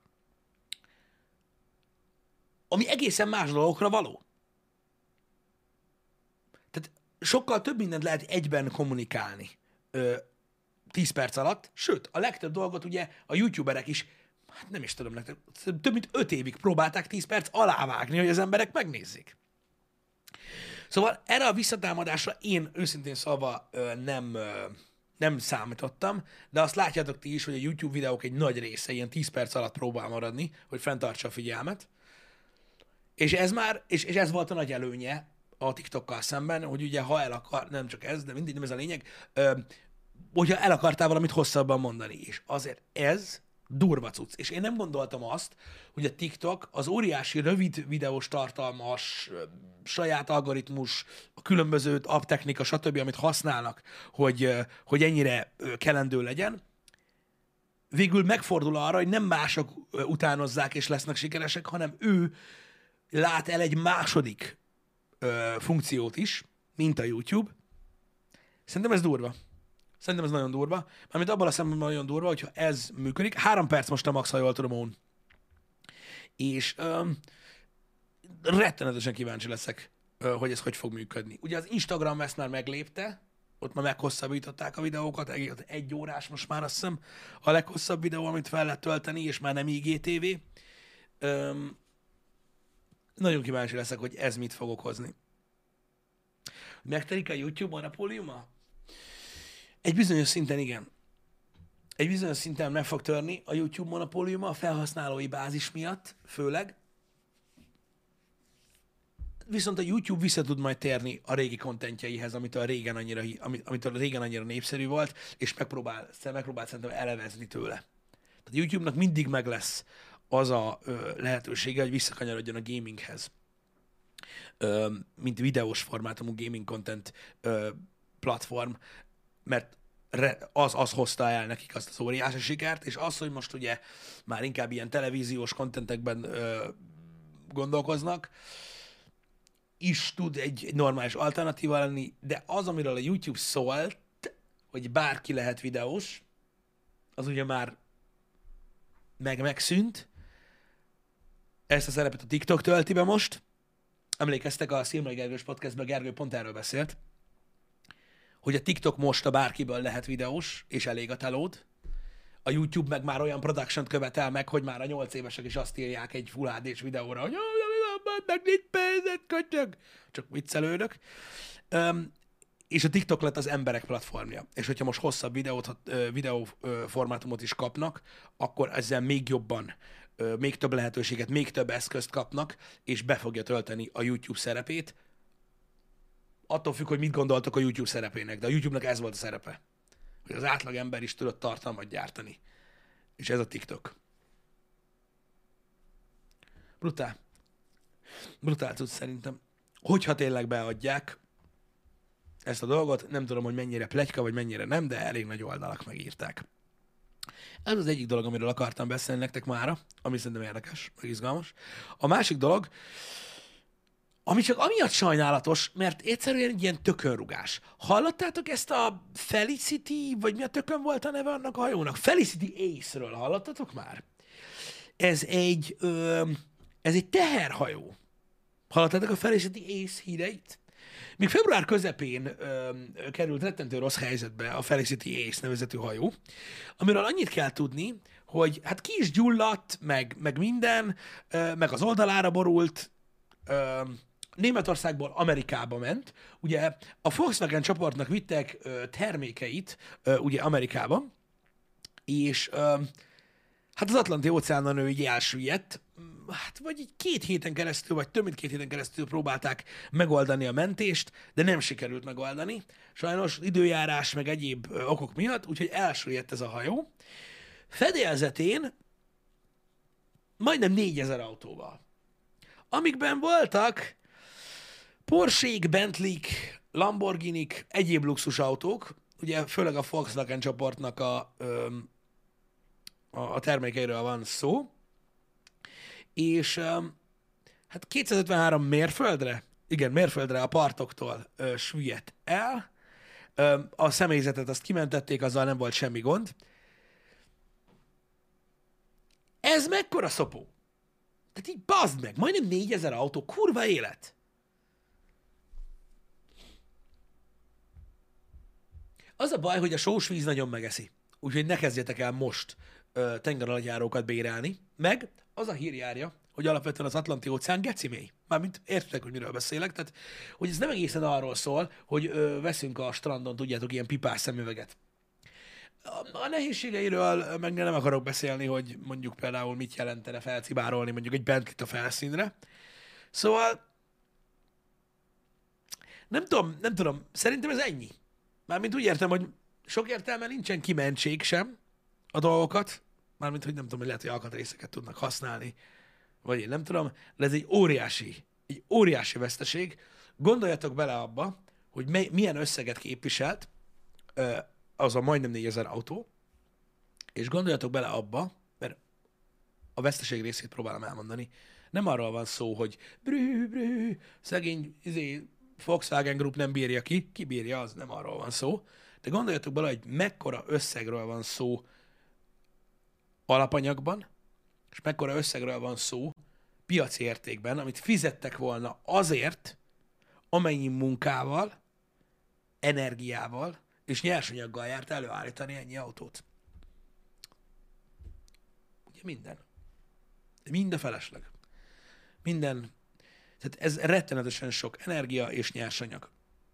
ami egészen más dolgokra való. Tehát sokkal több mindent lehet egyben kommunikálni ö, tíz perc alatt, sőt, a legtöbb dolgot ugye a youtuberek is, hát nem is tudom nektek, több mint öt évig próbálták tíz perc alávágni, hogy az emberek megnézzék. Szóval erre a visszatámadásra én őszintén szólva ö, nem, ö, nem számítottam, de azt látjátok ti is, hogy a YouTube videók egy nagy része ilyen tíz perc alatt próbál maradni, hogy fenntartsa a figyelmet. És ez már, és, és ez volt a nagy előnye a TikTokkal szemben, hogy ugye ha el akar, nem csak ez, de mindig nem ez a lényeg, ö, hogyha el akartál valamit hosszabban mondani. És azért ez durva cucc. És én nem gondoltam azt, hogy a TikTok az óriási rövid videós tartalmas, saját algoritmus, a különböző apptechnika, stb., amit használnak, hogy, hogy ennyire kelendő legyen, végül megfordul arra, hogy nem mások utánozzák és lesznek sikeresek, hanem ő lát el egy második ö, funkciót is, mint a YouTube. Szerintem ez durva. Szerintem ez nagyon durva. Mármint abban a szemben nagyon durva, hogyha ez működik. Három perc most a max, ha jól tudom, Own. És öm, rettenetesen kíváncsi leszek, ö, hogy ez hogy fog működni. Ugye az Instagram ezt már meglépte, ott már meghosszabbították a videókat, egy, egy órás most már azt hiszem a leghosszabb videó, amit fel lehet tölteni, és már nem I G T V. Öm, nagyon kíváncsi leszek, hogy ez mit fog okozni. Megtelik a YouTube monopóliuma? Egy bizonyos szinten igen. Egy bizonyos szinten meg fog törni a YouTube monopóliuma a felhasználói bázis miatt, főleg. Viszont a YouTube vissza tud majd térni a régi kontentjeihez, amitől régen annyira, amitől régen annyira népszerű volt, és megpróbál, megpróbál szerintem elevezni tőle. Tehát YouTube-nak mindig meg lesz az a ö, lehetősége, hogy visszakanyarodjon a gaminghez. Ö, mint videós formátumú gaming content ö, platform, mert az, az hozta el nekik azt az óriási sikert, és az, hogy most ugye már inkább ilyen televíziós kontentekben ö, gondolkoznak, is tud egy, egy normális alternatíva lenni, de az, amiről a YouTube szólt, hogy bárki lehet videós, az ugye már meg megszűnt. Ezt a szerepet a TikTok tölti be most. Emlékeztek, a Szilmai Gergős podcastben Gergő pont erről beszélt, hogy a TikTok most a bárkiből lehet videós, és elég a telód. A YouTube meg már olyan production-t követel meg, hogy már a nyolc évesek is azt írják egy Full há dés videóra, hogy meg nincs pénzed, kötyög. Csak viccelődök. Um, és a TikTok lett az emberek platformja. És hogyha most hosszabb videót, videó formátumot is kapnak, akkor ezzel még jobban, még több lehetőséget, még több eszközt kapnak, és be fogja tölteni a YouTube szerepét. Attól függ, hogy mit gondoltok a YouTube szerepének, de a YouTube-nak ez volt a szerepe. Hogy az átlag ember is tudott tartalmat gyártani. És ez a TikTok. Brutál. Brutál tudsz szerintem. Hogyha tényleg beadják ezt a dolgot, nem tudom, hogy mennyire pletyka, vagy mennyire nem, de elég nagy oldalak megírták. Ez az egyik dolog, amiről akartam beszélni nektek mára, ami szerintem érdekes, meg izgalmas. A másik dolog, ami csak amiatt sajnálatos, mert egyszerűen egy ilyen tökönrugás. Hallottátok ezt a Felicity, vagy mi a tökön volt a neve annak a hajónak? Felicity Ace-ről hallottatok már? Ez egy, ö, ez egy teherhajó. Hallottátok a Felicity Ace híreit? Még február közepén ö, került rettentő rossz helyzetbe a Felicity Ace nevezetű hajó, amiről annyit kell tudni, hogy hát ki is gyulladt, meg, meg minden, ö, meg az oldalára borult, ö, Németországból Amerikába ment. Ugye a Volkswagen csoportnak vittek ö, termékeit ö, ugye Amerikába, és ö, hát az Atlanti-óceánon ő így elsüllyedt, hát vagy így két héten keresztül, vagy több mint két héten keresztül próbálták megoldani a mentést, de nem sikerült megoldani. Sajnos időjárás meg egyéb ö, okok miatt, úgyhogy elsüllyedt ez a hajó. Fedélzetén majdnem négyezer autóval, amikben voltak Porsche-k, Bentley-k, Lamborghini-k, egyéb luxusautók, ugye főleg a Volkswagen csoportnak a, öm, a, a termékeiről van szó, és öm, hát kétszázötvenhárom mérföldre, igen, mérföldre a partoktól ö, süllyedt el, ö, a személyzetet azt kimentették, azzal nem volt semmi gond. Ez mekkora szopó? Tehát így bazd meg, majdnem négyezer autó, kurva élet. Az a baj, hogy a sós víz nagyon megeszi. Úgyhogy ne kezdjetek el most ö, tengeralattjárókat bérelni. Meg az a hír járja, hogy alapvetően az Atlanti-óceán geci mély. Mármint értitek, hogy miről beszélek. Tehát, hogy ez nem egészen arról szól, hogy ö, veszünk a strandon, tudjátok, ilyen pipás szemüveget. A, a nehézségeiről meg nem akarok beszélni, hogy mondjuk például mit jelentene felcibárolni mondjuk egy Bentley-t a felszínre. Szóval nem tudom, nem tudom, szerintem ez ennyi. Mármint úgy értem, hogy sok értelme nincsen, kimentség sem a dolgokat, mármint, hogy nem tudom, hogy lehet, hogy alkatrészeket tudnak használni, vagy én nem tudom, de ez egy óriási, egy óriási veszteség. Gondoljatok bele abba, hogy mely, milyen összeget képviselt az a majdnem négyezer autó, és gondoljatok bele abba, mert a veszteség részét próbálom elmondani, nem arról van szó, hogy brü, brü, szegény izé, Volkswagen Group nem bírja ki, ki bírja, az nem arról van szó, de gondoljatok bele, hogy mekkora összegről van szó alapanyagban, és mekkora összegről van szó piaci értékben, amit fizettek volna azért, amennyi munkával, energiával és nyersanyaggal járt előállítani ennyi autót. Ugye minden. Mind a felesleg. Minden. Tehát ez rettenetesen sok energia és nyersanyag.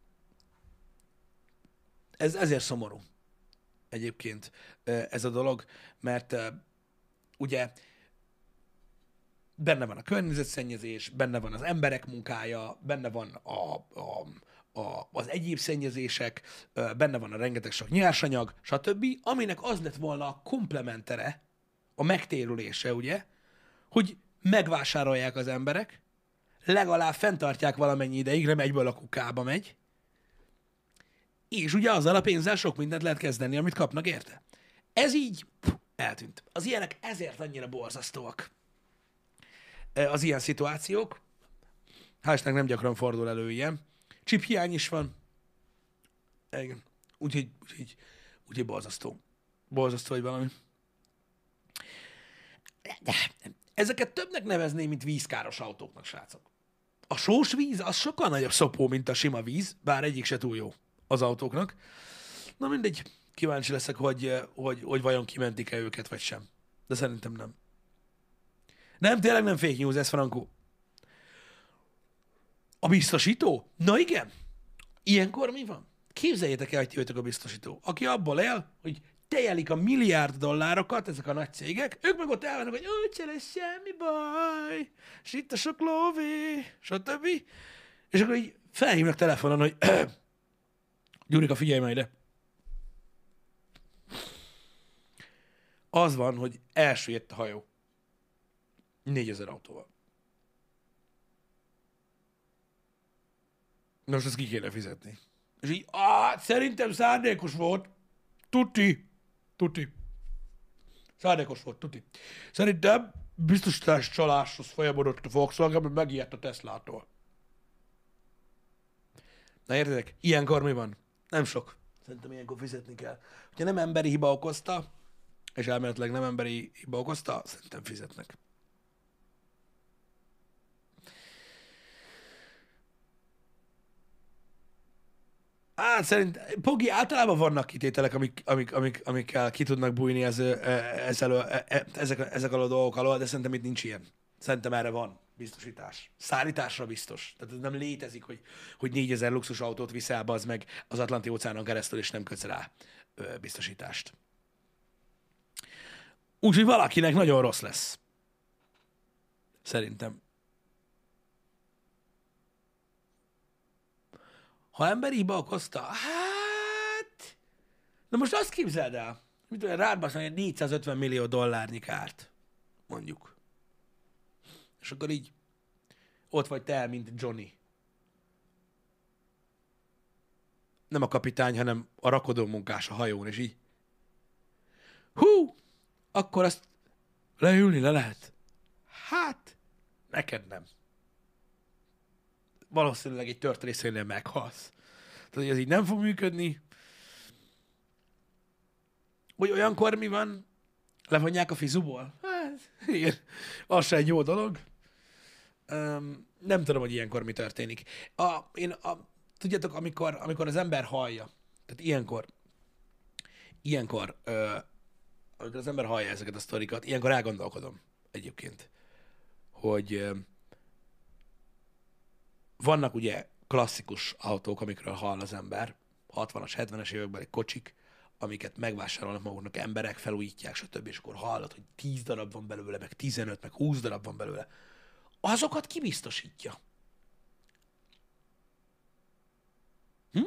Ez ezért szomorú egyébként ez a dolog, mert ugye benne van a környezetszennyezés, benne van az emberek munkája, benne van a, a, a, az egyéb szennyezések, benne van a rengeteg sok nyersanyag, stb., aminek az lett volna a komplementere, a megtérülése, ugye, hogy megvásárolják az emberek, legalább fenntartják valamennyi ideig, nem egyből a kukába megy, és ugye azzal a pénzzel sok mindent lehet kezdeni, amit kapnak érte. Ez így pff, eltűnt. Az ilyenek ezért annyira borzasztóak. Az ilyen szituációk. Hál' Istennek nem gyakran fordul elő ilyen. Chip hiány is van. Igen. Úgyhogy, úgyhogy, úgyhogy borzasztó. Borzasztó, hogy valami. De ezeket többnek nevezném, mint vízkáros autóknak, srácok. A sós víz az sokkal nagyobb szopó, mint a sima víz, bár egyik se túl jó az autóknak. Na mindegy, kíváncsi leszek, hogy, hogy, hogy vajon kimentik-e őket, vagy sem. De szerintem nem. Nem, tényleg nem fake news, ez Frankó. A biztosító? Na igen. Ilyenkor mi van? Képzeljétek el, hogy ti jöttök a biztosító, aki abból él, hogy tejelik a milliárd dollárokat, ezek a nagy cégek, ők meg ott elvannak, hogy úgyse lesz semmi baj, és itt a sok lóvé, stb. És akkor így felhívnak telefonon, hogy Gyurika, figyelj már ide. Az van, hogy elsüllyedt a hajó. négyezer autóval. Most ezt ki kéne fizetni. És így, áh, szerintem szándékos volt. Tuti. Tuti. Szándékos volt, tuti. Szerintem biztosítás csaláshoz folyamodott a Volkswagen, mert megijedt a Teslától. Na értedek? Ilyenkor mi van? Nem sok. Szerintem ilyenkor fizetni kell. Ha nem emberi hiba okozta, és elméletileg nem emberi hiba okozta, szerintem fizetnek. Hát szerint, Pogi, általában vannak kitételek, amik, amik, amik, amikkel ki tudnak bújni ez, ez elő, ezek, ezek alól a dolgok alól, de szerintem itt nincs ilyen. Szerintem erre van biztosítás. Szállításra biztos. Tehát ez nem létezik, hogy, hogy négyezer luxus autót viszel be az meg az Atlanti-óceánon keresztül, és nem kötsz rá ö, biztosítást. Úgyhogy valakinek nagyon rossz lesz. Szerintem. Ha emberi hiba okozta, hát... Na most azt képzeld el, mit olyan rád baszni, négyszázötven millió dollárnyi kárt, mondjuk. És akkor így ott vagy te, mint Johnny, nem a kapitány, hanem a rakodó munkás a hajón, és így, hú, akkor azt leülni le lehet. Hát, neked nem. Valószínűleg egy tört részénél meghalsz. Tehát, hogy ez így nem fog működni. Hogy olyankor mi van? Levonják a fizuból? Hát, igen. Az se egy jó dolog. Um, nem tudom, hogy ilyenkor mi történik. A, én, a, tudjátok, amikor, amikor az ember hallja, tehát ilyenkor, ilyenkor, ö, amikor az ember hallja ezeket a sztorikat, ilyenkor elgondolkodom egyébként, hogy ö, vannak ugye klasszikus autók, amikről hall az ember, hatvanas, hetvenes évekbeli kocsik, amiket megvásárolnak maguknak emberek, felújítják, stb. És akkor hallod, hogy tíz darab van belőle, meg tizenöt, meg húsz darab van belőle. Azokat kibiztosítja. Hm?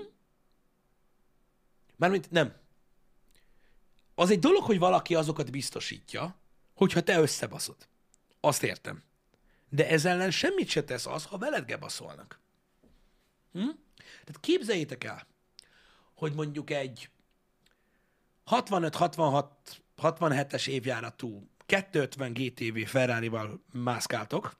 Mármint nem. Az egy dolog, hogy valaki azokat biztosítja, hogyha te összebaszod. Azt értem. De ezzel ellen semmit se tesz az, ha veled gebaszolnak. Hm? Tehát képzeljétek el, hogy mondjuk egy hatvanöt hatvanhat hatvanhetes évjáratú kétszázötven gé té vé Ferrari-val mászkáltok,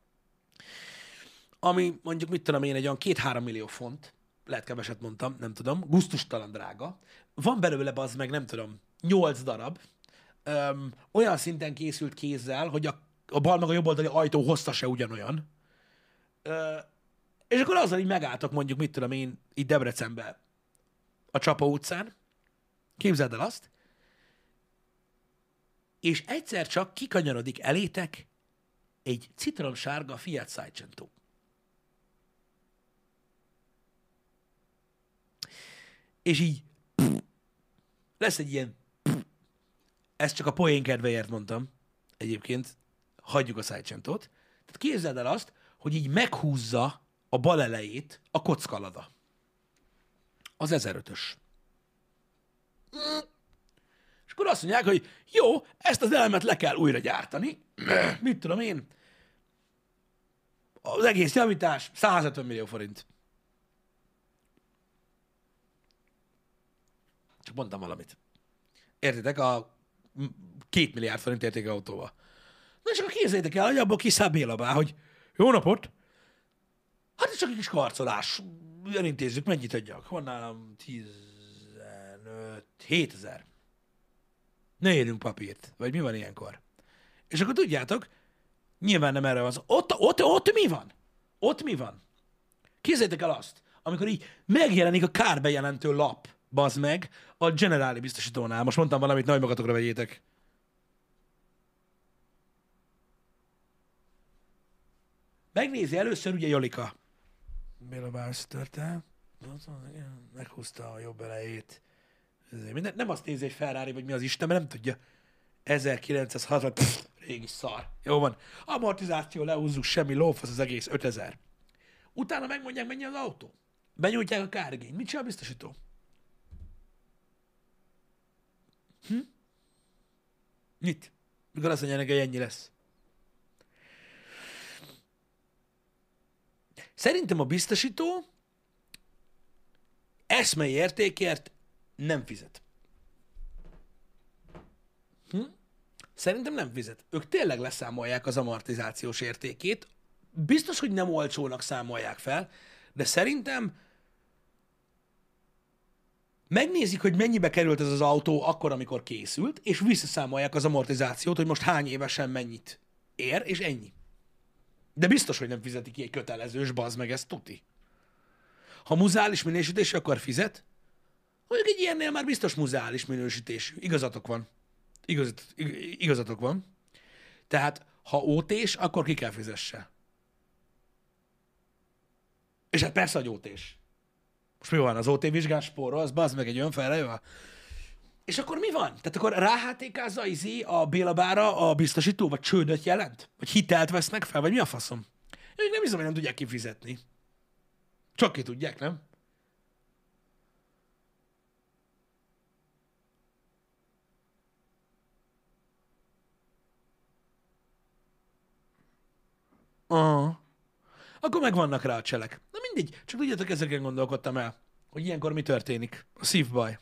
ami mondjuk, mit tudom én, egy olyan két-három millió font, lehet keveset mondtam, nem tudom, gusztustalan drága. Van belőle bazd meg, nem tudom, nyolc darab, öm, olyan szinten készült kézzel, hogy a, a bal meg a jobb oldali ajtó hossza se ugyanolyan. Ö, és akkor azzal így megálltok mondjuk, mit tudom én, itt Debrecenben, a Csapa utcán, képzeld el azt, és egyszer csak kikanyarodik elétek egy citromsárga Fiat Seicento. És így pff, lesz egy ilyen pff, ezt csak a poén kedvéért mondtam, egyébként hagyjuk a Seicentót. Tehát képzeld el azt, hogy így meghúzza a bal elejét a kockalada. Az ezerötös. És akkor azt mondják, hogy jó, ezt az elemet le kell újra gyártani. Mit tudom én? Az egész javítás százötven millió forint. Csak mondtam valamit. Értitek? A két milliárd forint értékű autóval. Na és akkor képzeljétek el, hogy abból kiszáll Bélabá, hogy jó napot! Hát ez csak egy kis karcolás. Elintézzük, mennyit adjak? Van nálam tizenöt, hétezer. Ne érünk papírt. Vagy mi van ilyenkor? És akkor tudjátok, nyilván nem erre van szó. Ott, ott, ott mi van? Ott mi van? Képzeljétek el azt, amikor így megjelenik a kárbejelentő lap, bazd meg, a Generáli biztosítónál. Most mondtam valamit, nagy magatokra vegyétek. Megnézi először ugye Jolika. Béla összetörte, meghúzta a jobb elejét. Minden, nem azt nézi, hogy Ferrari, vagy mi az Isten, mert nem tudja. ezerkilencszázhatvan, pff, régi szar. Jó van. Amortizáció, lehúzzuk, semmi lófasz az egész, ötezer. Utána megmondják, mennyi az autó. Benyújtják a kárigényt. Mit csinál a biztosító? Hm? Mit? Mikor azt mondják, hogy ennyi lesz. Szerintem a biztosító eszmei értékért nem fizet. Hm? Szerintem nem fizet. Ők tényleg leszámolják az amortizációs értékét. Biztos, hogy nem olcsónak számolják fel, de szerintem megnézik, hogy mennyibe került ez az autó akkor, amikor készült, és visszaszámolják az amortizációt, hogy most hány évesen mennyit ér, és ennyi. De biztos, hogy nem fizeti ki egy kötelezős, bazd meg, ez tuti. Ha muzeális minősítésű, akkor fizet, mondjuk egy ilyennél már biztos muzeális minősítésű. Igazatok van. Igazat, igazatok van. Tehát, ha ó té-s, akkor ki kell fizesse. És hát persze, hogy ó té-s. Most mi van? Az ó té vizsgás spórol, az bazd meg egy önfelrejövő. És akkor mi van? Tehát akkor ráhátékázza izé a Bélabára a biztosító, vagy csődöt jelent? Vagy hitelt vesznek fel, vagy mi a faszom? Ők nem hiszem, hogy nem tudják kifizetni. Csak ki tudják, nem? Aha. Akkor meg vannak rá a cselek. Na mindegy, csak tudjátok, ezeken gondolkodtam el. hogy ilyenkor mi történik. A szívbaj.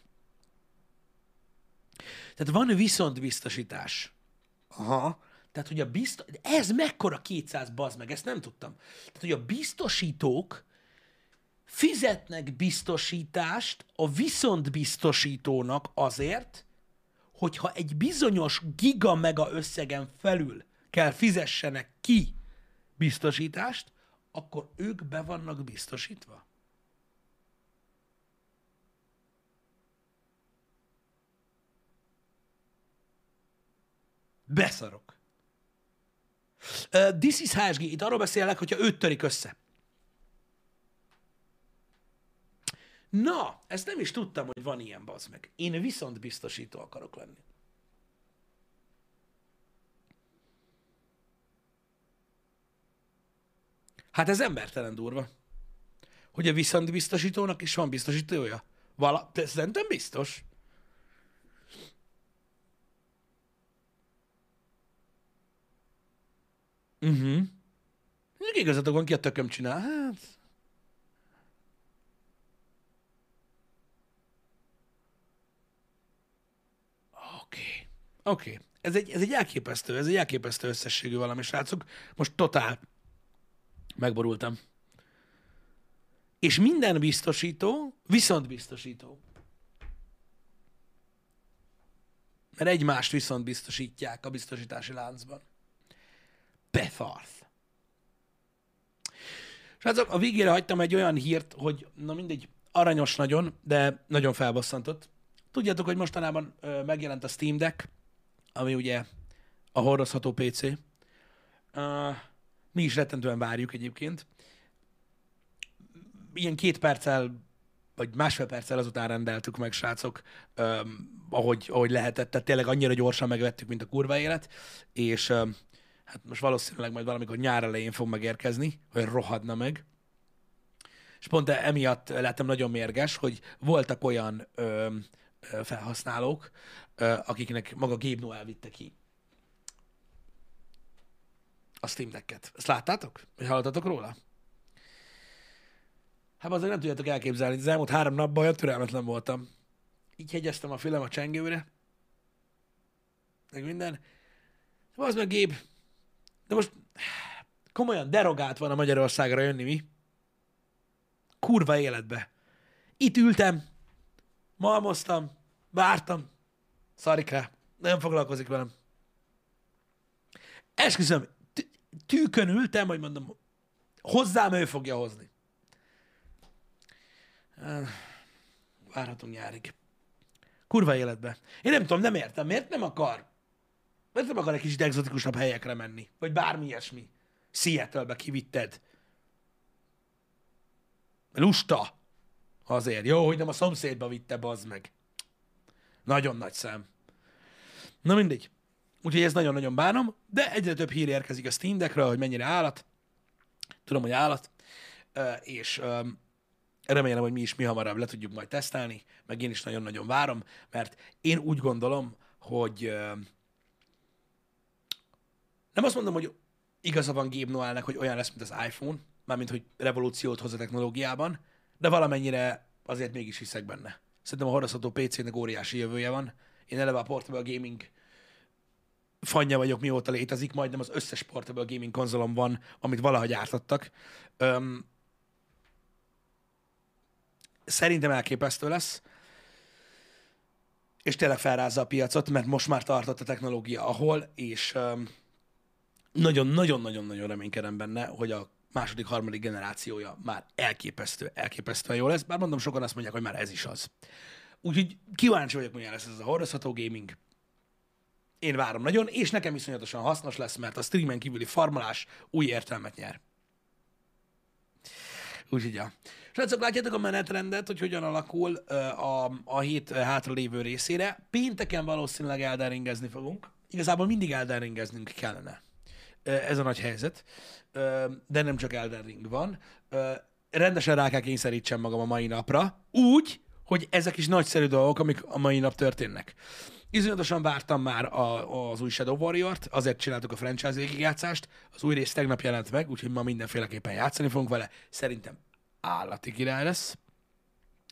Tehát van viszontbiztosítás. Aha. Tehát, hogy a biztos... Ez mekkora kétszáz, bazd meg, ezt nem tudtam. Tehát, hogy a biztosítók fizetnek biztosítást a viszontbiztosítónak azért, hogyha egy bizonyos giga-mega összegen felül kell fizessenek ki biztosítást, akkor ők be vannak biztosítva. Beszarok. Uh, This is há es gé. Itt arról beszélek, hogyha őt törik össze. Na, ezt nem is tudtam, hogy van ilyen, bazd meg. Én viszont biztosító akarok lenni. Hát ez embertelen durva. Hogy a viszont biztosítónak is van biztosítója. Vala, de szerintem biztos. Uh-huh. Még igazatok van, ki a tököm csinál. Hát... Oké. Okay. Oké. Okay. Ez egy, ez egy elképesztő, ez egy elképesztő összességű valami, srácok. Most totál megborultam. És minden biztosító viszont biztosító. Mert egymást viszont biztosítják a biztosítási láncban. Befarth. Srácok, a végére hagytam egy olyan hírt, hogy na mindegy, aranyos nagyon, de nagyon felbosszantott. Tudjátok, hogy mostanában ö, megjelent a Steam Deck, ami ugye a hordozható pé cé. Uh, mi is rettentően várjuk egyébként. Ilyen két perccel, vagy másfél perccel azután rendeltük meg, srácok, um, ahogy, ahogy lehetett. Tehát tényleg annyira gyorsan megvettük, mint a kurva élet. És um, hát most valószínűleg majd valamikor nyár elején fog megérkezni, hogy rohadna meg. És pont emiatt lettem nagyon mérges, hogy voltak olyan ö, ö, felhasználók, ö, akiknek maga Gabe Newell vitte ki a Steam Decket. Ezt láttátok? Vagy hallottatok róla? Hát azért nem tudjátok elképzelni, az elmúlt három napban olyan türelmetlen voltam. Így hegyeztem a fülem a csengőre, meg minden. Az meg Gabe, de most komolyan derogált van a Magyarországra jönni, mi? Kurva életbe. Itt ültem, malmoztam, vártam, szarik rá, nem foglalkozik velem. Esküszöm, tűkön ültem, hogy mondom, hozzám ő fogja hozni. Várhatunk nyárig. Kurva életbe. Én nem tudom, nem értem, miért nem akar? Miért nem akar egy kicsit egzotikusabb helyekre menni? Vagy bármi ilyesmi. Seattle-be kivitted. Lusta. Azért. Jó, hogy nem a szomszédba vitte, bazd meg. Nagyon nagy szám. Na mindegy. Úgyhogy ez nagyon-nagyon bánom, de egyre több hír érkezik a Steam Deckről, hogy mennyire állat. Tudom, hogy állat. És remélem, hogy mi is mi hamarabb le tudjuk majd tesztelni, meg én is nagyon-nagyon várom, mert én úgy gondolom, hogy nem azt mondom, hogy igaza van Gabe Newellnek, hogy olyan lesz, mint az iPhone, mármint, hogy revolúciót hoz a technológiában, de valamennyire azért mégis hiszek benne. Szerintem a hordozható pé cének óriási jövője van. Én eleve a portable gaming fanja vagyok, mióta létezik, majdnem az összes portable gaming konzolom van, amit valaha gyártottak. Öm, szerintem elképesztő lesz, és tényleg felrázza a piacot, mert most már tartott a technológia ahol, és öm, nagyon-nagyon-nagyon-nagyon reménykedem benne, hogy a második, harmadik generációja már elképesztő, elképesztően jó lesz, bár mondom, sokan azt mondják, hogy már ez is az. Úgyhogy kíváncsi vagyok, milyen lesz ez a hordozható gaming. Én várom nagyon, és nekem iszonyatosan hasznos lesz, mert a streamen kívüli farmolás új értelmet nyer. Úgyhogy, ja. Srácok, látjátok a menetrendet, hogy hogyan alakul a, a hét hátralévő részére. Pénteken valószínűleg Elden Ringezni fogunk. Igazából mindig Elden Ringeznünk kellene. Ez a nagy helyzet. De nem csak Elden Ring van. Rendesen rá kell kényszerítsem magam a mai napra. Úgy, hogy ezek is nagyszerű dolgok, amik a mai nap történnek. Iszonyatosan vártam már a, az új Shadow Warrior-t, azért csináltuk a franchise végigjátszást. Az új rész tegnap jelent meg, úgyhogy ma mindenféleképpen játszani fogunk vele. Szerintem állati király lesz.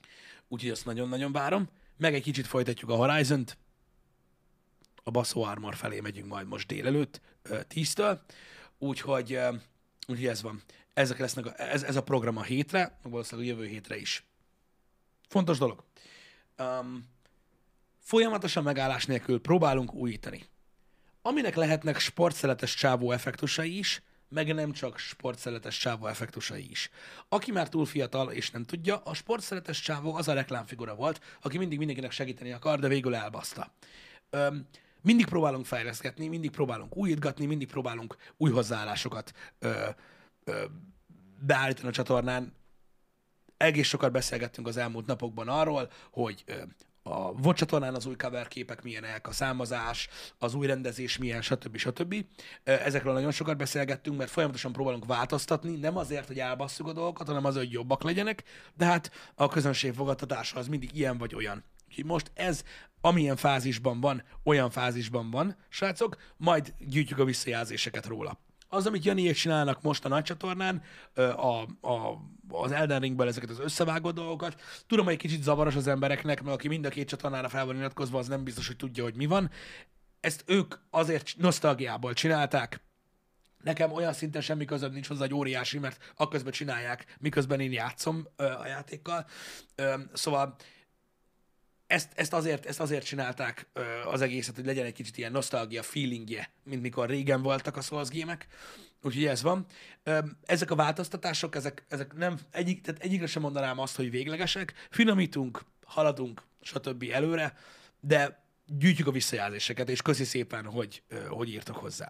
úgyhogy azt nagyon-nagyon várom. Meg egy kicsit folytatjuk a Horizont, a Basso Armor felé megyünk majd most délelőtt, tíztől, úgyhogy, úgyhogy ez van. Ezek lesznek a, ez, ez a program a hétre, valószínűleg a jövő hétre is. Fontos dolog. Um, folyamatosan megállás nélkül próbálunk újítani. Aminek lehetnek sportszeletes csávó effektusai is, meg nem csak sportszeletes csávó effektusai is. Aki már túl fiatal és nem tudja, a sportszeletes csávó az a reklámfigura volt, aki mindig mindenkinek segíteni akar, de végül elbaszta. Um, mindig próbálunk fejleszgetni, mindig próbálunk újítgatni, mindig próbálunk új hozzáállásokat ö, ö, beállítani a csatornán. Egész sokat beszélgettünk az elmúlt napokban arról, hogy ö, a vé o dé csatornán az új cover képek milyenek, a számozás, az új rendezés milyen, stb. stb. Ezekről nagyon sokat beszélgettünk, mert folyamatosan próbálunk változtatni, nem azért, hogy elbasszuk a dolgokat, hanem azért, hogy jobbak legyenek, de hát a közönség fogadtatása az mindig ilyen vagy olyan. Úgyhogy most ez, amilyen fázisban van, olyan fázisban van, srácok, majd gyűjtjük a visszajelzéseket róla. Az, amit Janiék csinálnak most a nagy csatornán, a, a, az Elden Ringből ezeket az összevágó dolgokat, tudom, hogy egy kicsit zavaros az embereknek, mert aki mind a két csatornára fel van iratkozva, az nem biztos, hogy tudja, hogy mi van. Ezt ők azért nosztalgiából csinálták. Nekem olyan szinten semmi közöm nincs hozzá, egy óriási, mert akközben csinálják, miközben én játszom a játékkal. Szóval Ezt, ezt, azért, ezt azért csinálták ö, az egészet, hogy legyen egy kicsit ilyen nosztalgia feelingje, mint mikor régen voltak a Souls gémek. Úgyhogy ez van. Ö, ezek a változtatások, ezek, ezek nem, egyik, tehát egyikre sem mondanám azt, hogy véglegesek. Finomítunk, haladunk, stb. Előre, de gyűjtjük a visszajelzéseket, és köszi szépen, hogy, ö, hogy írtak hozzá.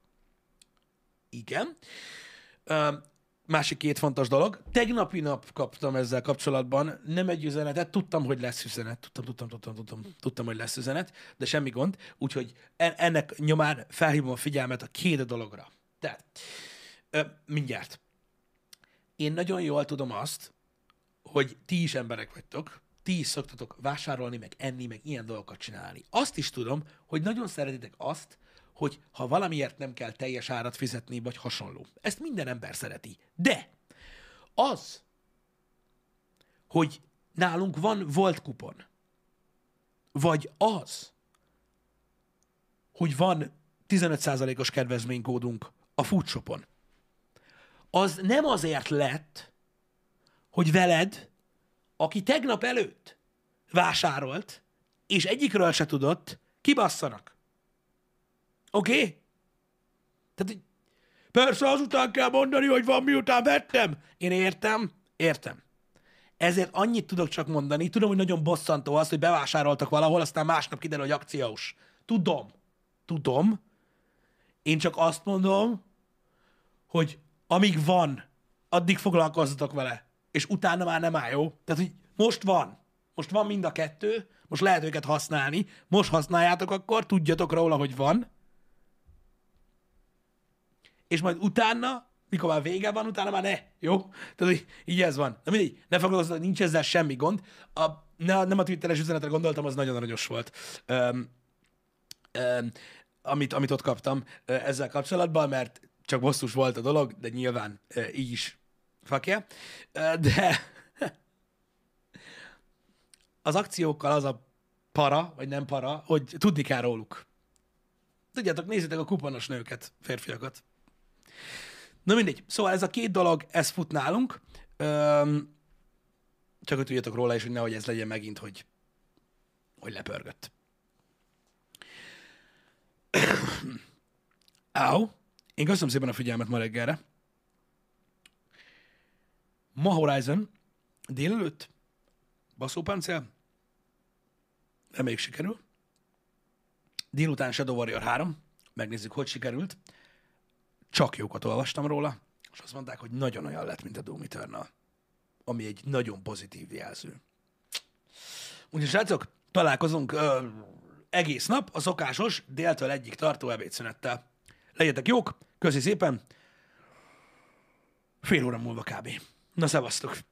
Igen. Ö, Másik két fontos dolog. Tegnapi nap kaptam ezzel kapcsolatban nem egy üzenetet, tudtam, hogy lesz üzenet. Tudtam, tudtam, tudtam, tudtam, tudtam, hogy lesz üzenet, de semmi gond. Úgyhogy ennek nyomán felhívom a figyelmet a két dologra. Tehát, ö, mindjárt. Én nagyon jól tudom azt, hogy ti is emberek vagytok, ti is szoktatok vásárolni, meg enni, meg ilyen dolgokat csinálni. Azt is tudom, hogy nagyon szeretitek azt, hogy ha valamiért nem kell teljes árat fizetni, vagy hasonló. Ezt minden ember szereti. De az, hogy nálunk van volt kupon, vagy az, hogy van tizenöt százalékos kedvezménykódunk a Foodshopon, az nem azért lett, hogy veled, aki tegnap előtt vásárolt, és egyikről se tudott, kibasszanak. Oké? Okay? Tehát, persze azután kell mondani, hogy van miután vettem. Én értem, értem. Ezért annyit tudok csak mondani, tudom, hogy nagyon bosszantó az, hogy bevásároltak valahol, aztán másnap kiderül, hogy akciós. Tudom. Tudom. Én csak azt mondom, hogy amíg van, addig foglalkozzatok vele. És utána már nem áll, jó? Tehát, hogy most van. Most van mind a kettő, most lehet őket használni. Most használjátok akkor, tudjatok róla, hogy van. És majd utána, mikor már vége van, utána már ne, jó? Tehát így, így ez van. Na mindegy, ne foglalkozzatok, nincs ezzel semmi gond. A, ne, nem a twitteres üzenetre gondoltam, az nagyon aranyos volt. Um, um, amit, amit ott kaptam uh, ezzel kapcsolatban, mert csak bosszus volt a dolog, de nyilván uh, így is fuck yeah. uh, De az akciókkal az a para, vagy nem para, hogy tudni kell róluk. Tudjátok, nézzétek a kuponos nőket, férfiakat. Na mindegy. Szóval ez a két dolog, ez fut nálunk. Öm, csak hogy tudjatok róla is, hogy nehogy ez legyen megint, hogy, hogy lepörgött. Áó. Én köszönöm szépen a figyelmet ma reggelre. Ma Horizon délelőtt. Baszópáncél. Reméljük sikerül. Délután Shadow Warrior három. Megnézzük, hogy sikerült. Csak jókat olvastam róla, és azt mondták, hogy nagyon olyan lett, mint a Doom Eternal. Ami egy nagyon pozitív jelző. Úgyhogy srácok, találkozunk ö, egész nap a szokásos déltől egyik tartó ebédszünettel. Legyetek jók, köszi szépen. Fél óra múlva kb. Na, szevasztok!